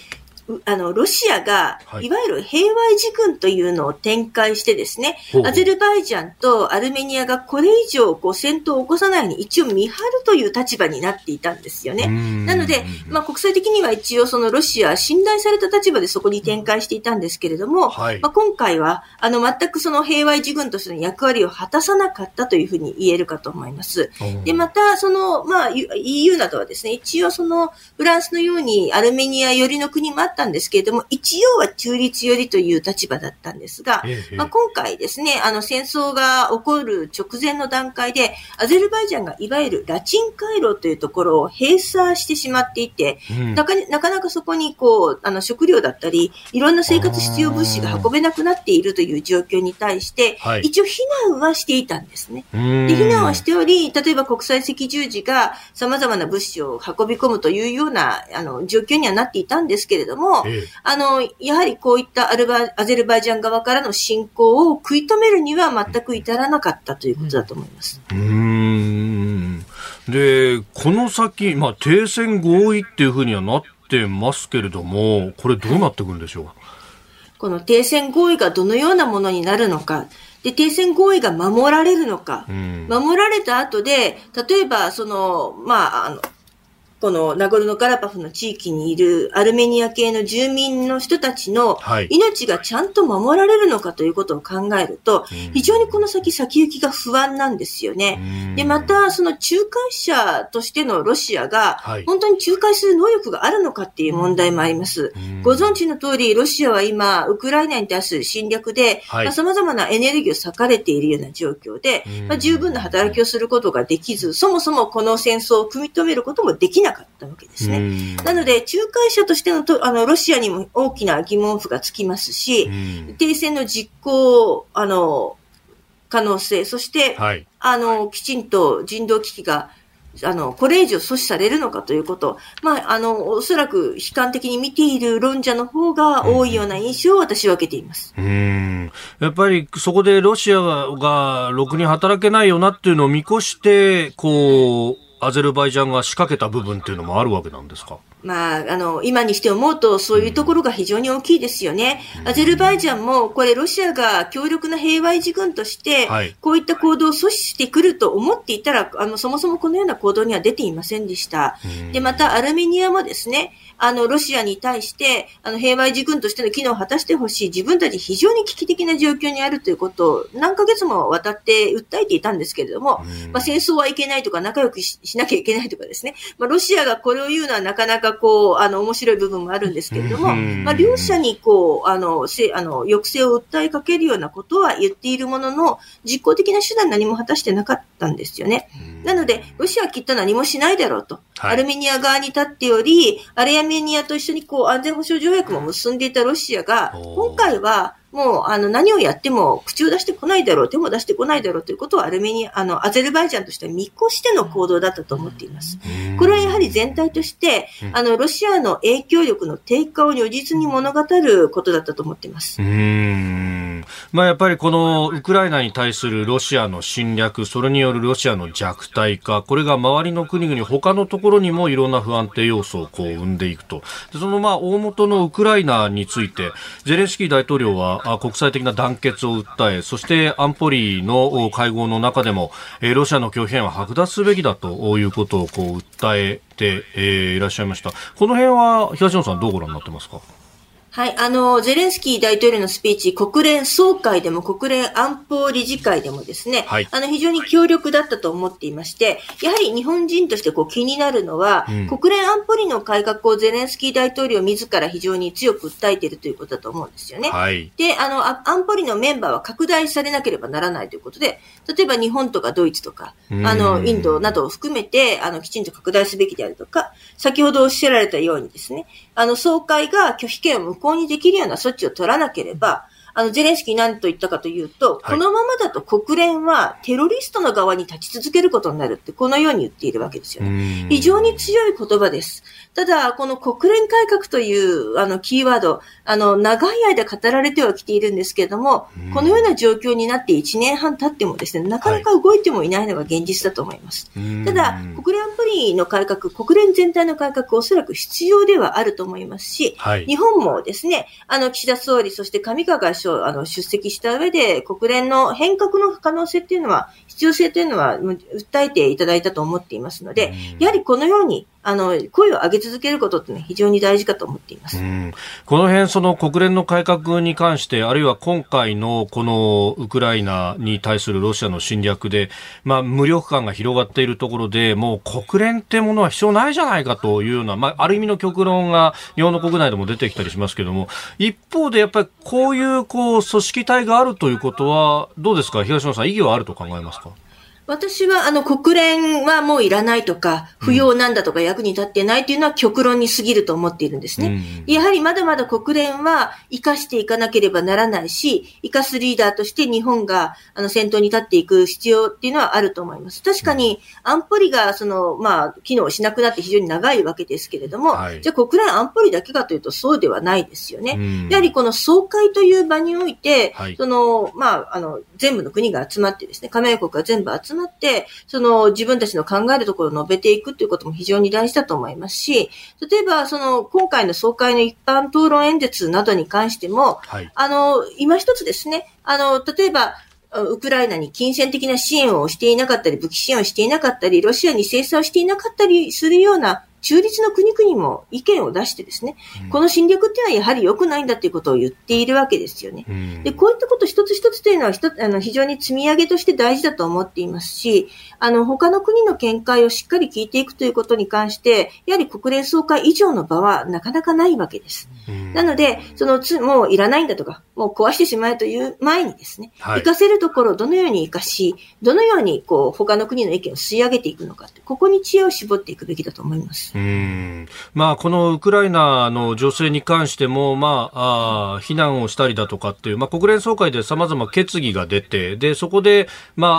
ロシアが、いわゆる平和維持軍というのを展開してですね、アゼルバイジャンとアルメニアがこれ以上戦闘を起こさないように一応見張るという立場になっていたんですよね。なので、国際的には一応そのロシアは信頼された立場でそこに展開していたんですけれども、今回は全くその平和維持軍としての役割を果たさなかったというふうに言えるかと思います。で、またEU などはですね、一応そのフランスのようにアルメニア寄りの国もあったんですけれども、一応は中立寄りという立場だったんですが、今回ですね、戦争が起こる直前の段階で、アゼルバイジャンがいわゆるラチン回廊というところを閉鎖してしまっていて、なかなかそこに食料だったり、いろんな生活必要物資が運べなくなっているという状況に対して、一応避難はしていたんですね。で、避難はしており、例えば国際赤十字が様々な物資を運び込むというような状況にはなっていたんですけれども、やはりこういったアゼルバイジャン側からの侵攻を食い止めるには全く至らなかったということだと思います。 で、この先、停戦合意っていうふうにはなってますけれども、これどうなってくるんでしょうか。 この停戦合意がどのようなものになるのか、で、停戦合意が守られるのか、守られた後で、例えば、このナゴルノカラバフの地域にいるアルメニア系の住民の人たちの命がちゃんと守られるのかということを考えると、非常にこの先行きが不安なんですよね。で、また、その仲介者としてのロシアが、本当に仲介する能力があるのかっていう問題もあります。ご存知の通り、ロシアは今、ウクライナに対する侵略で、様々なエネルギーを割かれているような状況で、十分な働きをすることができず、そもそもこの戦争を組み止めることもできなかったわけですね。なので、仲介者としてのロシアにも大きな疑問符がつきますし、停戦の実行、可能性、そして、きちんと人道危機が、これ以上阻止されるのかということ、おそらく悲観的に見ている論者の方が多いような印象を私は受けています。 やっぱりそこでロシアがろくに働けないよなっていうのを見越して、アゼルバイジャンが仕掛けた部分っていうのもあるわけなんですか。 今にして思うとそういうところが非常に大きいですよね。アゼルバイジャンもこれロシアが強力な平和維持軍としてこういった行動を阻止してくると思っていたらそもそもこのような行動には出ていませんでした。で、またアルメニアもですね、ロシアに対して平和維持軍としての機能を果たしてほしい、自分たち非常に危機的な状況にあるということを何ヶ月もわたって訴えていたんですけれども、戦争はいけないとか仲良くしなきゃいけないとかですね、ロシアがこれを言うのはなかなか面白い部分もあるんですけれども、両者に抑制を訴えかけるようなことは言っているものの、実効的な手段何も果たしてなかったんですよね。なので、ロシアはきっと何もしないだろうと。アルメニア側に立っており、アルメニアと一緒に安全保障条約も結んでいたロシアが、今回はもう何をやっても口を出してこないだろう、手も出してこないだろうということをアゼルバイジャンとしては見越しての行動だったと思っています。これはやはり全体として、ロシアの影響力の低下を如実に物語ることだったと思っています。 やっぱりこのウクライナに対するロシアの侵略、それによるロシアの弱体化、これが周りの国々、他のところにもいろんな不安定要素を生んでいくと。で、その大元のウクライナについて、ゼレンスキー大統領は国際的な団結を訴え、そして安保理の会合の中でも、ロシアの拒否権は剥奪すべきだということを訴えて、いらっしゃいました。この辺は東野さんどうご覧になってますか？ はい、ゼレンスキー大統領のスピーチ、国連総会でも国連安保理事会でもですね、非常に強力だったと思っていまして、やはり日本人として気になるのは、国連安保理の改革をゼレンスキー大統領自ら非常に強く訴えているということだと思うんですよね。で、安保理のメンバーは拡大されなければならないということで、例えば日本とかドイツとか、インドなどを含めて、きちんと拡大すべきであるとか、先ほどおっしゃられたようにですね、総会が拒否権を無効にできるような措置を取らなければ、 ゼレンスキー何と言ったかというと、このままだと国連はテロリストの側に立ち続けることになるって、このように言っているわけですよね。非常に強い言葉です。ただ、この国連改革というキーワード、長い間語られてはきているんですけれども、このような状況になって1年半経ってもですね、なかなか動いてもいないのが現実だと思います。ただ、国連安保理の改革、国連全体の改革、おそらく必要ではあると思いますし、日本もですね、岸田総理、そして上川外相、出席した上で、国連の変革の可能性っていうのは、必要性というのは訴えていただいたと思っていますので、やはりこのように声を上げ続けることっていうのは非常に大事かと思っています。 この辺、その国連の改革に関して、あるいは今回のこのウクライナに対するロシアの侵略で、無力感が広がっているところで、もう国連ってものは必要ないじゃないかというような、ある意味の極論が日本の国内でも出てきたりしますけれども、一方でやっぱりこういう組織体があるということは、どうですか、東野さん、意義はあると考えますか？ 私は国連はもういらないとか不要なんだとか役に立ってないというのは極論に過ぎると思っているんですね。やはりまだまだ国連は生かしていかなければならないし、生かすリーダーとして日本が先頭に立っていく必要っていうのはあると思います。確かに安保理が機能しなくなって非常に長いわけですけれども、じゃあ国連安保理だけかというとそうではないですよね。やはりこの総会という場において、全部の国が集まってですね、加盟国が全部集まって、自分たちの考えるところを述べていくということも非常に大事だと思いますし、例えば今回の総会の一般討論演説などに関しても、今一つですね、例えばウクライナに金銭的な支援をしていなかったり、武器支援をしていなかったり、ロシアに制裁をしていなかったりするような中立の国々も意見を出してですね、この侵略っていうのはやはり良くないんだということを言っているわけですよね。で、こういったこと一つ一つというのは非常に積み上げとして大事だと思っていますし、他の国の見解をしっかり聞いていくということに関して、やはり国連総会以上の場はなかなかないわけです。なので、もういらないんだとか、もう壊してしまえという前にですね、活かせるところをどのように活かし、どのように他の国の意見を吸い上げていくのか、ここに知恵を絞っていくべきだと思います。 このウクライナの情勢に関しても、非難をしたりだとかっていう、国連総会で様々決議が出て、で、そこで、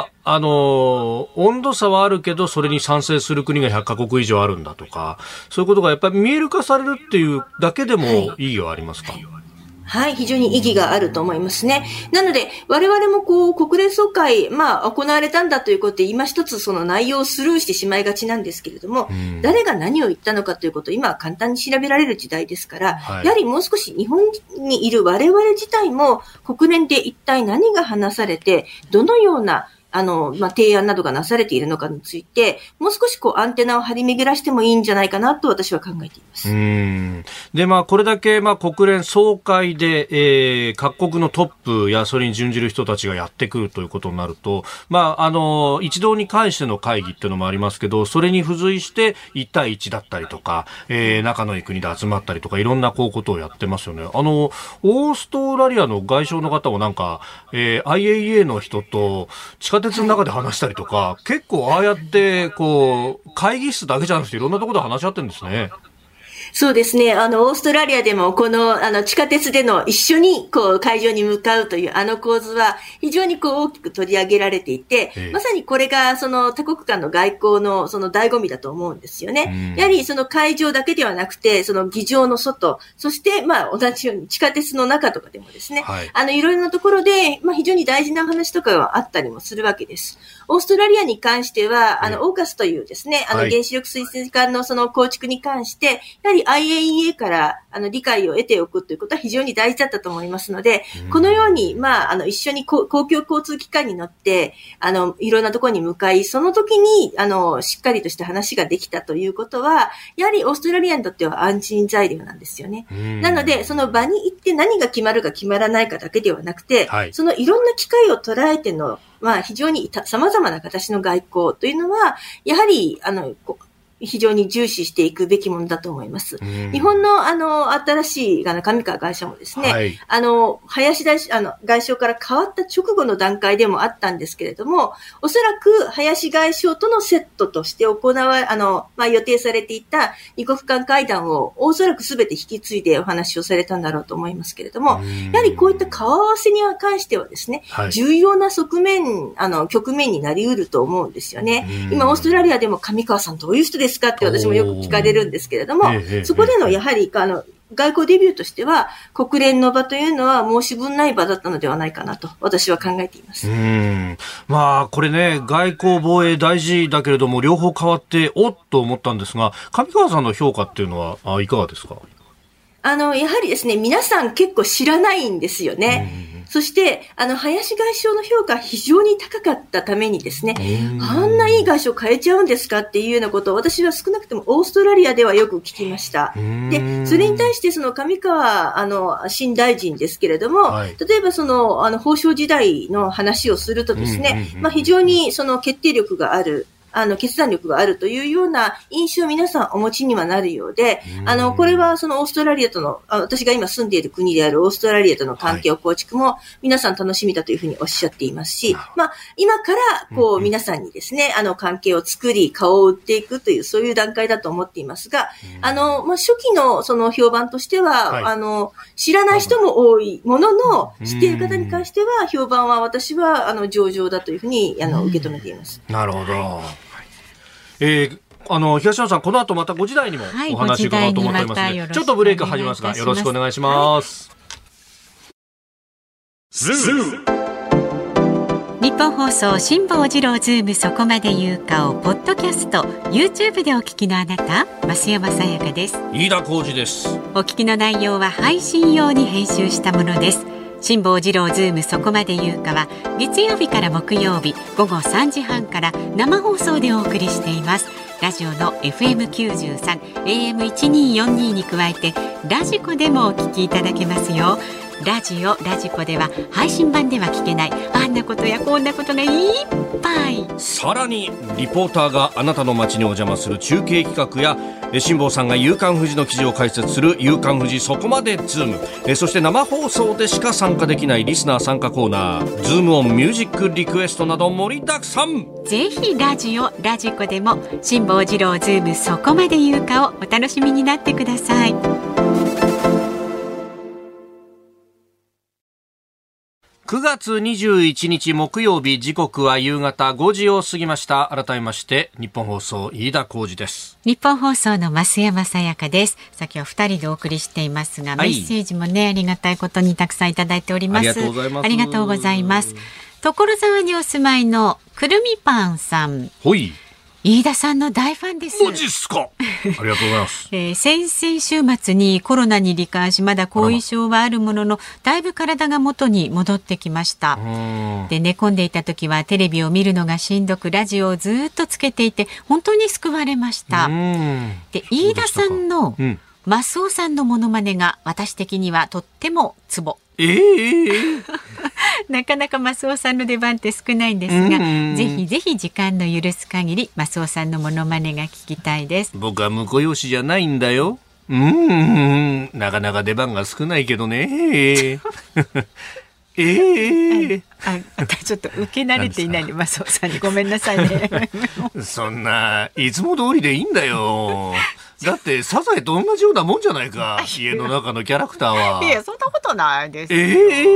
温度差はあるけど、それに賛成する国が100カ国以上あるんだとか、そういうことがやっぱり見える化されるっていうだけでも意義はありますか？ はい、非常に意義があると思いますね。なので、我々も国連総会、行われたんだということで、今一つその内容をスルーしてしまいがちなんですけれども、誰が何を言ったのかということを今は簡単に調べられる時代ですから、やはりもう少し日本にいる我々自体も国連で一体何が話されて、どのような提案などがなされているのかについて、もう少しアンテナを張り巡らしてもいいんじゃないかなと私は考えています。 で、これだけ、国連総会で、各国のトップやそれに準じる人たちがやってくるということになると、一堂に会しての会議っていうのもありますけど、それに付随して1対1だったりとか、仲のいい国で集まったりとか、いろんなことをやってますよね。オーストラリアの外相の方もIAEA の人と地下鉄の中で話したりとか、結構ああやって会議室だけじゃなくていろんなところで話し合ってるんですね。 そうですね。オーストラリアでも地下鉄での一緒に会場に向かうという構図は非常に大きく取り上げられていて、まさにこれが多国間の外交の醍醐味だと思うんですよね。やはり会場だけではなくて、議場の外、そして同じように地下鉄の中とかでもですね、いろいろなところで非常に大事な話とかがあったりもするわけです。オーストラリアに関しては、オーカスというですね、原子力推進管の構築に関して、やはりIAEA から理解を得ておくということは非常に大事だったと思いますので、このように一緒に公共交通機関に乗っていろんなところに向かい、その時にしっかりとした話ができたということは、やはりオーストラリアにとっては安心材料なんですよね。なのでその場に行って何が決まるか決まらないかだけではなくて、そのいろんな機会を捉えての非常に様々な形の外交というのは、やはり非常に重視していくべきものだと思います。日本の新しい上川外相もですね、はい、林外相から変わった直後の段階でもあったんですけれども、おそらく林外相とのセットとして予定されていた二国間会談をおそらく全て引き継いでお話をされたんだろうと思いますけれども、やはりこういった顔合わせに関してはですね、はい、重要な局面になり得ると思うんですよね。今オーストラリアでも上川さんどういう人ですかって私もよく聞かれるんですけれども、そこでのやはり外交デビューとしては国連の場というのは申し分ない場だったのではないかなと私は考えています。 まあこれね、外交防衛大事だけれども両方変わっておっと思ったんですが、上川さんの評価っていうのはいかがですか？ やはりですね、皆さん結構知らないんですよね。そして、林外相の評価非常に高かったためにですね、あんないい外相変えちゃうんですかっていうようなことを私は少なくともオーストラリアではよく聞きました。で、それに対して上川、新大臣ですけれども、はい、例えば法相時代の話をするとですね、非常に決定力がある。決断力があるというような印象を皆さんお持ちにはなるようで、これはオーストラリアとの、私が今住んでいる国であるオーストラリアとの関係を構築も皆さん楽しみだというふうにおっしゃっていますし、今から皆さんにですね、関係を作り、顔を売っていくという、そういう段階だと思っていますが、初期の評判としては、はい、知らない人も多いものの、知っている方に関しては、評判は私は、上々だというふうに、受け止めています。 なるほど。東野さん、この後また5時台にもお話伺おうと思っておりますので、ちょっとブレイク入りますがよろしくお願いします。 日本放送辛坊治郎ズームそこまで言うかをポッドキャスト YouTube でお聞きのあなた、増山さやかです。 飯田浩司です。 お聞きの内容は配信用に編集したものです。辛坊治郎ズームそこまで言うかは月曜日から木曜日午後3時半から生放送でお送りしています。ラジオの FM93 AM1242 に加えてラジコでもお聞きいただけますよ。ラジコでは配信版では聞けないあんなことやこんなことがいっぱい。 さらにリポーターがあなたの街にお邪魔する中継企画や辛坊さんが夕刊フジの記事を解説する夕刊フジそこまでズーム、そして生放送でしか参加できないリスナー参加コーナーズームオンミュージックリクエストなど盛りだくさん。 ぜひラジコでも辛坊治郎ズームそこまで言うかをお楽しみになってください。 9月21日木曜日、時刻は夕方5時を過ぎました。改めまして日本放送飯田浩司です。 日本放送の増山さやかです。さっきは2人でお送りしていますが、メッセージもね、ありがたいことにたくさんいただいております。 ありがとうございます。 ありがとうございます。所沢にお住まいのくるみパンさん、 ほい、 飯田さんの大ファンです。 マジっすか。ありがとうございます。 先々週末にコロナに罹患し、まだ後遺症はあるもののだいぶ体が元に戻ってきました。で、寝込んでいた時はテレビを見るのがしんどく、ラジオをずっとつけていて本当に救われました。で、飯田さんのマスオさんのモノマネが私的にはとってもツボ。なかなかマスオさんの出番って少ないんですが、ぜひぜひ時間の許す限りマスオさんのモノマネが聞きたいです。 僕は婿養子じゃないんだよ。なかなか出番が少ないけどね。 ちょっと受け慣れていないでマスオさんにごめんなさいね。 そんないつも通りでいいんだよ。だってサザエと同じようなもんじゃないか、家の中のキャラクターは。 いや、そんなことないですよ。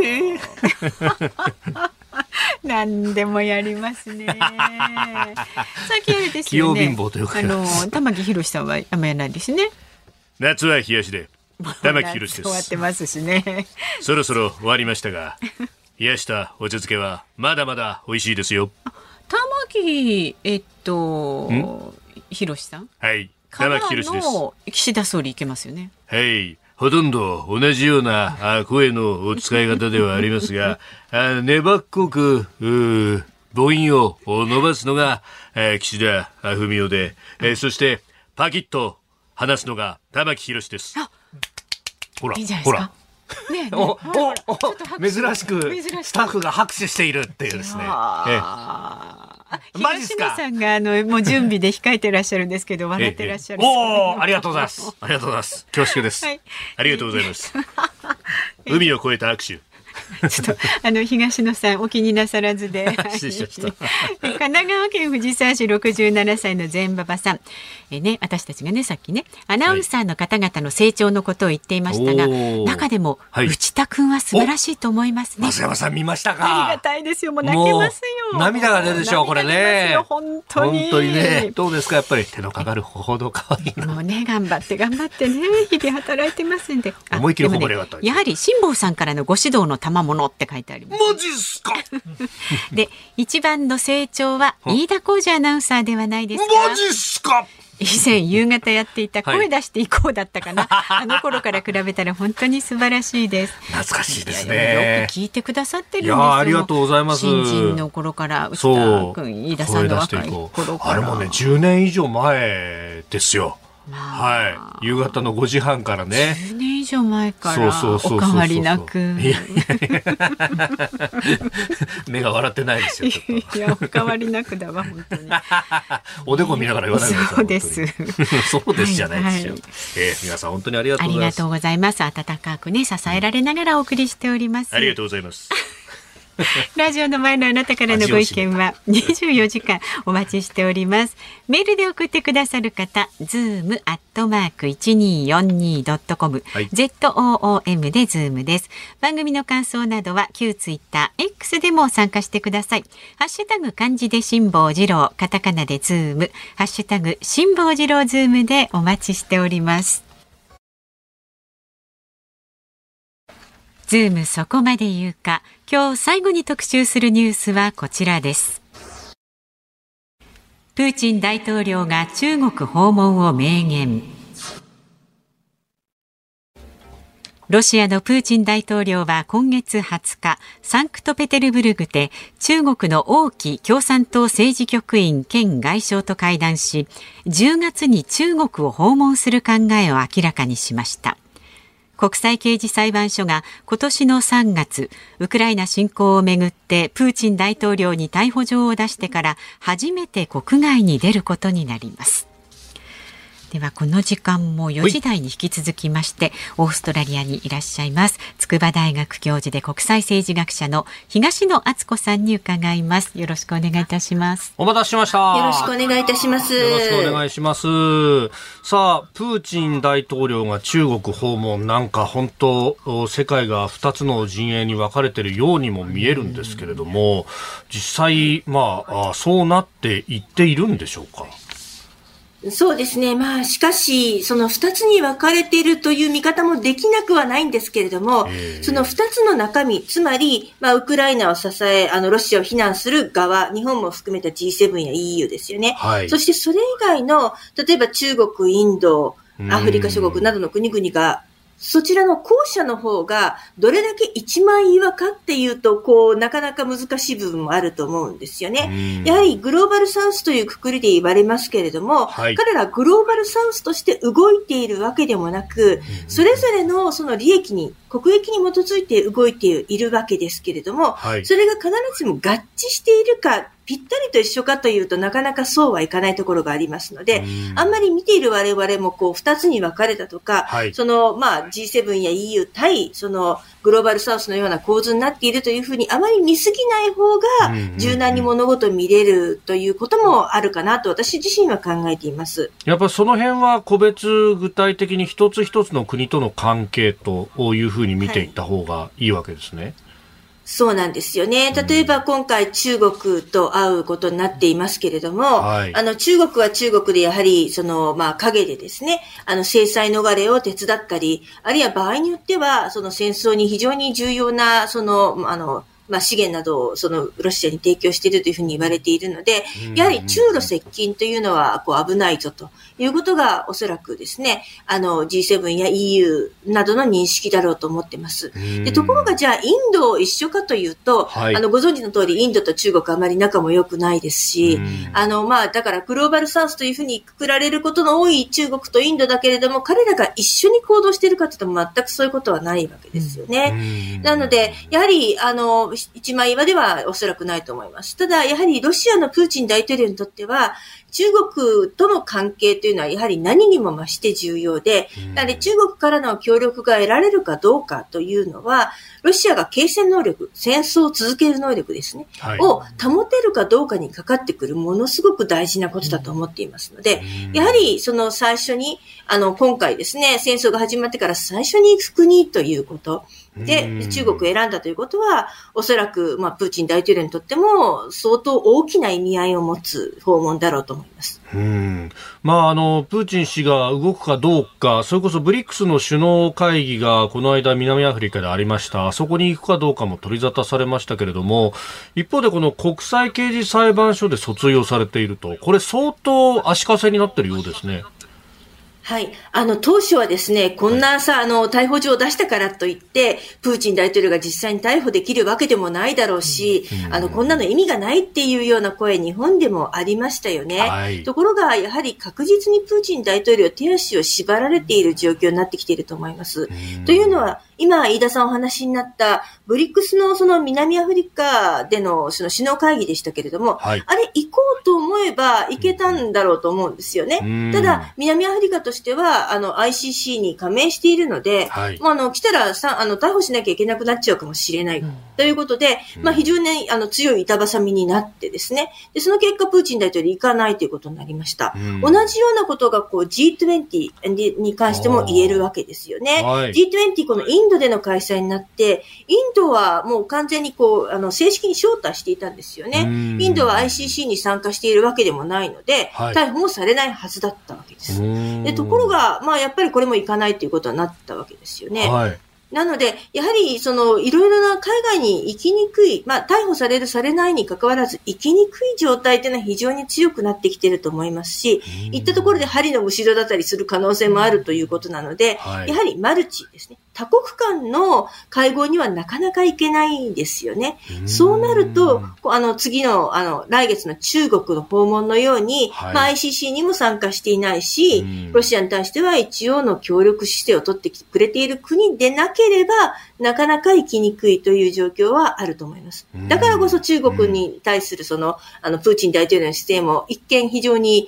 何でもやりますね。さっきあれですよね、 器用貧乏というか、 玉木宏さんはあんまやないですね。 夏は冷やしで玉木宏です。 終わってますしね。 そろそろ終わりましたが、冷やしたお茶漬けはまだまだ美味しいですよ。 玉木宏さん、 はい、玉木宏です。 岸田総理いけますよね。 はい、ほとんど同じような声のお使い方ではありますが、粘っこく母音を伸ばすのが岸田文雄で、そしてパキッと話すのが玉木宏です。ほら、いいじゃないですか。ねえ、珍しくスタッフが拍手しているっていうですね。 マジっすか。 東野さんがもう準備で控えてらっしゃるんですけど笑ってらっしゃる。 おー、ありがとうございます。ありがとうございます。恐縮です。はい、ありがとうございます。海を越えた握手。 ちょっと東野さんお気になさらずで神奈川県藤沢市67歳の全馬場さん、私たちがねさっきねアナウンサーの方々の成長のことを言っていましたが、中でも、内田くんは素晴らしいと思いますね。 増山さん見ましたか。 ありがたいですよ。もう泣けますよ。 涙が出るでしょうこれね。 本当にね。どうですか。やっぱり手のかかるほど可愛いな。 もうね頑張ってね日々働いてますんで、 思い切り褒めれがたい。 やはり辛坊さんからのご指導の賜物って書いてあります。 マジっすか。 で一番の成長は飯田浩二アナウンサーではないですか。 マジっすか。 以前夕方やっていた声出していこうだったかな、あの頃から比べたら本当に素晴らしいです。 懐かしいですね。 よく聞いてくださってるんですよ。 いやありがとうございます。 新人の頃から内田君飯田さんの若い頃から、 あれもね10年以上前ですよ。はい、夕方の5時半からね。 10年以上前からお変わりなく。 目が笑ってないですよ。 いやお変わりなくだわ本当に。 おでこ見ながら言わないでください。 そうです。 そうですじゃないですよ。皆さん本当にありがとうございます。 ありがとうございます。温かくね支えられながらお送りしております。 ありがとうございます。 ラジオの前のあなたからのご意見は24時間お待ちしております。メールで送ってくださる方、zoom@1242.com、ZOOM でズームです。番組の感想などは旧ツイッター X でも参加してください。ハッシュタグ漢字で辛坊治郎、カタカナでズーム、ハッシュタグ辛坊治郎ズームでお待ちしております。ズームそこまで言うか。今日最後に特集するニュースはこちらです。プーチン大統領が中国訪問を明言。ロシアのプーチン大統領は今月20日、サンクトペテルブルグで中国の王毅共産党政治局員兼外相と会談し、10月に中国を訪問する考えを明らかにしました。国際刑事裁判所が今年の3月、ウクライナ侵攻をめぐってプーチン大統領に逮捕状を出してから初めて国外に出ることになります。ではこの時間も4時台に引き続きましてオーストラリアにいらっしゃいます筑波大学教授で国際政治学者の東野篤子さんに伺います。よろしくお願いいたします。 お待たせしました。 よろしくお願いいたします。 よろしくお願いします。さあプーチン大統領が中国訪問、なんか本当世界が2つの陣営に分かれているようにも見えるんですけれども、実際そうなっていっているんでしょうか。 そうですね。しかし、その二つに分かれているという見方もできなくはないんですけれども、その二つの中身、つまり、ウクライナを支え、ロシアを非難する側、日本も含めた G7 や EU ですよね。はい、そしてそれ以外の、例えば中国、インド、アフリカ諸国などの国々が、そちらの後者の方がどれだけ一枚岩かっていうとなかなか難しい部分もあると思うんですよね。やはりグローバルサウスという括りで言われますけれども、はい、彼らグローバルサウスとして動いているわけでもなく、それぞれのその利益に国益に基づいて動いているわけですけれども、はい、それが必ずしも合致しているかぴったりと一緒かというとなかなかそうはいかないところがありますので、あんまり見ている我々も二つに分かれたとか、はい、G7 や EU 対そのグローバルサウスのような構図になっているというふうにあまり見すぎない方が柔軟に物事を見れるということもあるかなと私自身は考えています。 やっぱりその辺は個別具体的に一つ一つの国との関係というふうに見ていった方がいいわけですね。はい、 そうなんですよね。例えば今回中国と会うことになっていますけれども、はい、中国は中国でやはり陰でですね、制裁逃れを手伝ったり、あるいは場合によってはその戦争に非常に重要な資源などをロシアに提供しているというふうに言われているので、やはり中ロ接近というのは危ないぞということがおそらくですね、G7 や EU などの認識だろうと思っています。で、ところがじゃあインド一緒かというと、はい、ご存知の通りインドと中国あまり仲も良くないですし、だからグローバルサウスというふうにくくられることの多い中国とインドだけれども、彼らが一緒に行動しているかというと全くそういうことはないわけですよね。なので、やはり一枚岩ではおそらくないと思います。ただ、やはりロシアのプーチン大統領にとっては、中国との関係というのはやはり何にも増して重要で、やはり中国からの協力が得られるかどうかというのは、ロシアが継戦能力、戦争を続ける能力ですね、を保てるかどうかにかかってくるものすごく大事なことだと思っていますので、やはりその最初に、今回ですね、戦争が始まってから最初に行く国ということで、中国を選んだということは、おそらく、プーチン大統領にとっても相当大きな意味合いを持つ訪問だろうと思います。 プーチン氏が動くかどうか、それこそブリックスの首脳会議がこの間南アフリカでありました。そこに行くかどうかも取り沙汰されましたけれども、一方でこの国際刑事裁判所で訴追をされていると、これ相当足かせになっているようですね。 はい。当初はですね、こんな逮捕状を出したからといって、プーチン大統領が実際に逮捕できるわけでもないだろうし、こんなの意味がないっていうような声、日本でもありましたよね。はい、ところが、やはり確実にプーチン大統領、手足を縛られている状況になってきていると思います。というのは、今、飯田さんお話になった、ブリックスのその南アフリカでのその首脳会議でしたけれども、はい、あれ行こうと思えば行けたんだろうと思うんですよね。ただ、南アフリカとしては、ICC に加盟しているので、はい、来たら逮捕しなきゃいけなくなっちゃうかもしれない。ということで、非常に強い板挟みになってですね、で、その結果、プーチン大統領行かないということになりました。同じようなことがG20 に関しても言えるわけですよね。はい、G20、このインドでの開催になって、インドはもう完全に正式に招待していたんですよね。インドは ICC に参加しているわけでもないので、はい、逮捕もされないはずだったわけです。で、ところが、やっぱりこれもいかないということになったわけですよね。はい、なので、やはり、いろいろな海外に行きにくい、逮捕される、されないに関わらず、行きにくい状態というのは非常に強くなってきていると思いますし、行ったところで針のむしろだったりする可能性もあるということなので、はい、やはりマルチですね。多国間の会合にはなかなか行けないんですよね。そうなると、次の、来月の中国の訪問のように、はい、ICC にも参加していないし、ロシアに対しては一応の協力姿勢を取ってきてくれている国でなければ、なかなか行きにくいという状況はあると思います。だからこそ中国に対するプーチン大統領の姿勢も一見非常に、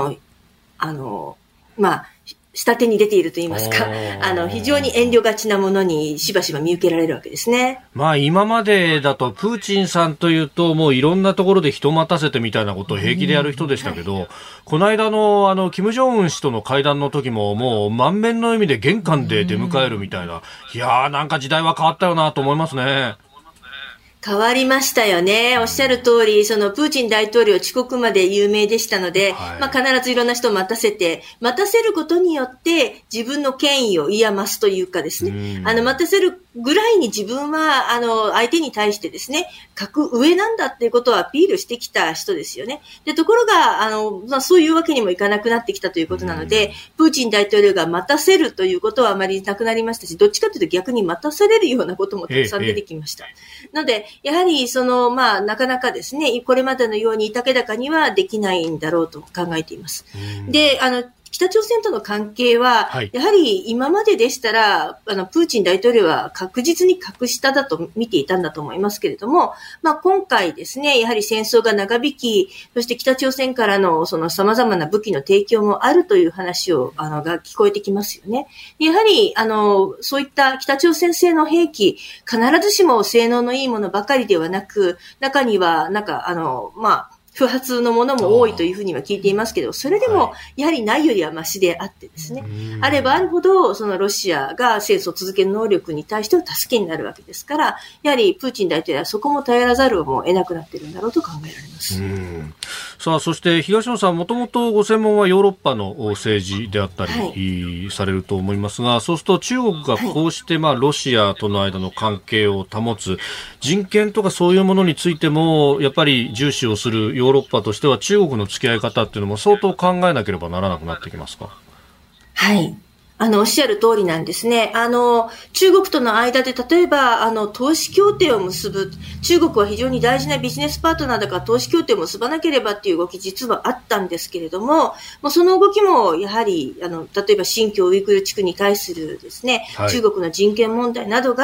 下手に出ていると言いますか、非常に遠慮がちなものにしばしば見受けられるわけですね。 今までだとプーチンさんというともういろんなところで人待たせてみたいなことを平気でやる人でしたけど、はい、この間の金正恩氏との会談の時ももう満面の意味で玄関で出迎えるみたいな、いやーなんか時代は変わったよなと思いますね。 変わりましたよね。おっしゃる通り、プーチン大統領遅刻まで有名でしたので、はい、必ずいろんな人を待たせることによって自分の権威を癒ますというかですね、待たせるぐらいに自分は、相手に対してですね、格上なんだっていうことをアピールしてきた人ですよね。で、ところが、そういうわけにもいかなくなってきたということなので、プーチン大統領が待たせるということはあまりなくなりましたし、どっちかというと逆に待たされるようなこともたくさん出てきました。なので、やはり、なかなかですね、これまでのように竹高にはできないんだろうと考えています。で、北朝鮮との関係は、はい、やはり今まででしたら、プーチン大統領は確実に格下だと見ていたんだと思いますけれども、今回ですね、やはり戦争が長引き、そして北朝鮮からの様々な武器の提供もあるという話が聞こえてきますよね。やはり、そういった北朝鮮製の兵器、必ずしも性能のいいものばかりではなく、中には、不発のものも多いというふうには聞いていますけど、それでもやはりないよりはマシであってですね、あればあるほどロシアが戦争を続ける能力に対しては助けになるわけですから、やはりプーチン大統領はそこも頼らざるをも得なくなっているんだろうと考えられます。 さあ、そして東野さん、もともとご専門はヨーロッパの政治であったり、されると思いますが、そうすると中国がこうしてロシアとの間の関係を保つ、人権とかそういうものについてもやっぱり重視をするヨーロッパとしては中国の付き合い方っていうのも相当考えなければならなくなってきますか？ はい。おっしゃる通りなんですね。中国との間で例えば、投資協定を結ぶ。中国は非常に大事なビジネスパートナーだから投資協定を結ばなければっていう動き実はあったんですけれども、その動きもやはり、例えば新疆ウイグル地区に対するですね、はい、中国の人権問題などが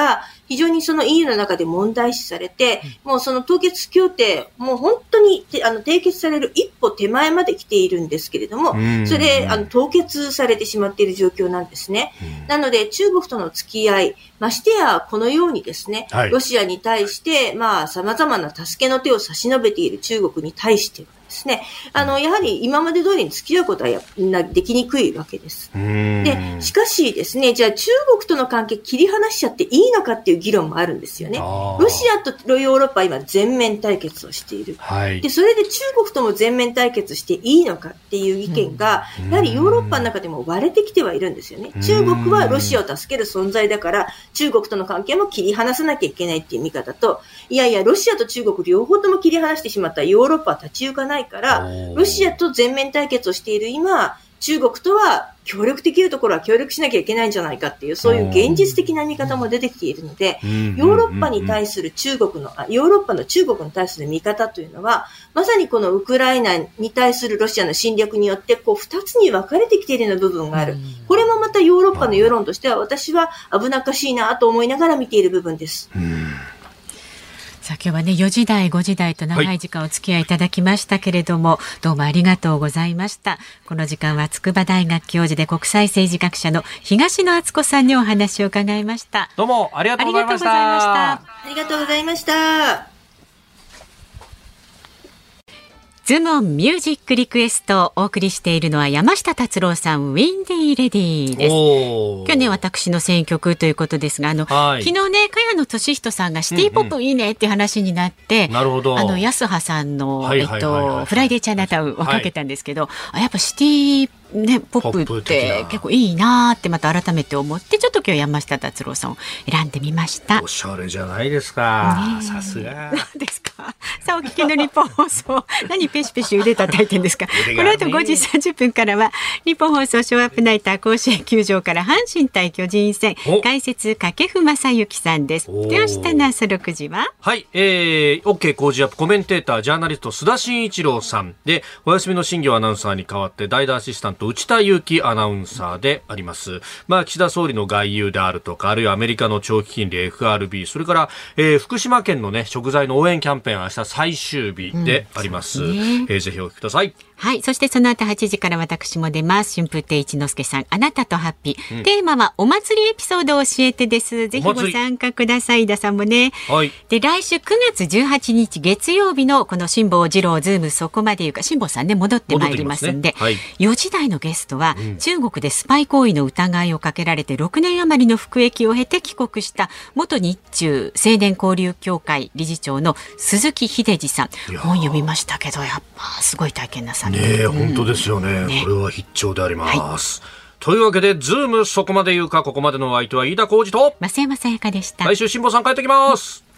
非常にその EU の中で問題視されて、もうその凍結協定、もう本当に締結される一歩手前まで来ているんですけれども、それ凍結されてしまっている状況なんですね。なので中国との付き合い、ましてやこのようにですね、ロシアに対して様々な助けの手を差し伸べている中国に対してはですね、やはり今まで通りに付き合うことはできにくいわけです。で、しかしですね、じゃあ中国との関係切り離しちゃっていいのかっていう議論もあるんですよね。ロシアとヨーロッパは今全面対決をしている。で、それで中国とも全面対決していいのかっていう意見が、やはりヨーロッパの中でも割れてきてはいるんですよね。中国はロシアを助ける存在だから、中国との関係も切り離さなきゃいけないっていう見方と、いやいや、ロシアと中国両方とも切り離してしまったらヨーロッパは立ち行かないから、ロシアと全面対決をしている今、中国とは協力できるところは協力しなきゃいけないんじゃないかっていう、そういう現実的な見方も出てきているので、ヨーロッパに対するヨーロッパの中国に対する見方というのは、まさにこのウクライナに対するロシアの侵略によって、二つに分かれてきているような部分がある。これもまたヨーロッパの世論としては、私は危なっかしいなと思いながら見ている部分です。 さあ今日はね4時台5時台と長い時間お付き合いいただきましたけれども、どうもありがとうございました。この時間は筑波大学教授で国際政治学者の東野篤子さんにお話を伺いました。 どうもありがとうございました。 ありがとうございました。 ズモンミュージックリクエストをお送りしているのは山下達郎さん、ウィンディーレディーです。今日ね私の選曲ということですが、昨日ね茅野俊人さんがシティポップいいねっていう話になって、なるほど、安葉さんのフライデーチャイナタウンをかけたんですけど、やっぱシティポップって結構いいなってまた改めて思って、ちょっと今日山下達郎さんを選んでみました。 おしゃれじゃないですか、さすが。 何ですか。さあお聞きの日本放送何ペシペシ腕叩いてんですか。この後5時30分からは日本放送ショーアップナイター甲子園球場から阪神対巨人戦解説掛布正幸さんです。では明日の朝6時は OK 工事アップコメンテータージャーナリスト須田慎一郎さんで、お休みの新業アナウンサーに代わって代打アシスタント内田裕樹アナウンサーであります。岸田総理の外遊であるとか、あるいはアメリカの長期金利 FRB、 それから、福島県のね食材の応援キャンペーン明日最終日であります。ぜひお聞きください。 はい。そしてその後8時から私も出ます。春風亭一之輔さん、あなたとハッピー。テーマはお祭りエピソードを教えてです。ぜひご参加ください。井田さんもね。で、来週9月18日月曜日のこの辛坊治郎ズームそこまで言うか、辛坊さんね、戻ってまいりますんで、4時台のゲストは、中国でスパイ行為の疑いをかけられて6年余りの服役を経て帰国した元日中青年交流協会理事長の鈴木秀治さん。本読みましたけど、やっぱすごい体験なさって。 本当ですよね。これは必聴であります。というわけでズームそこまで言うか、ここまでのお相手は飯田浩司と増山さやかでした。 来週辛坊さん帰ってきます。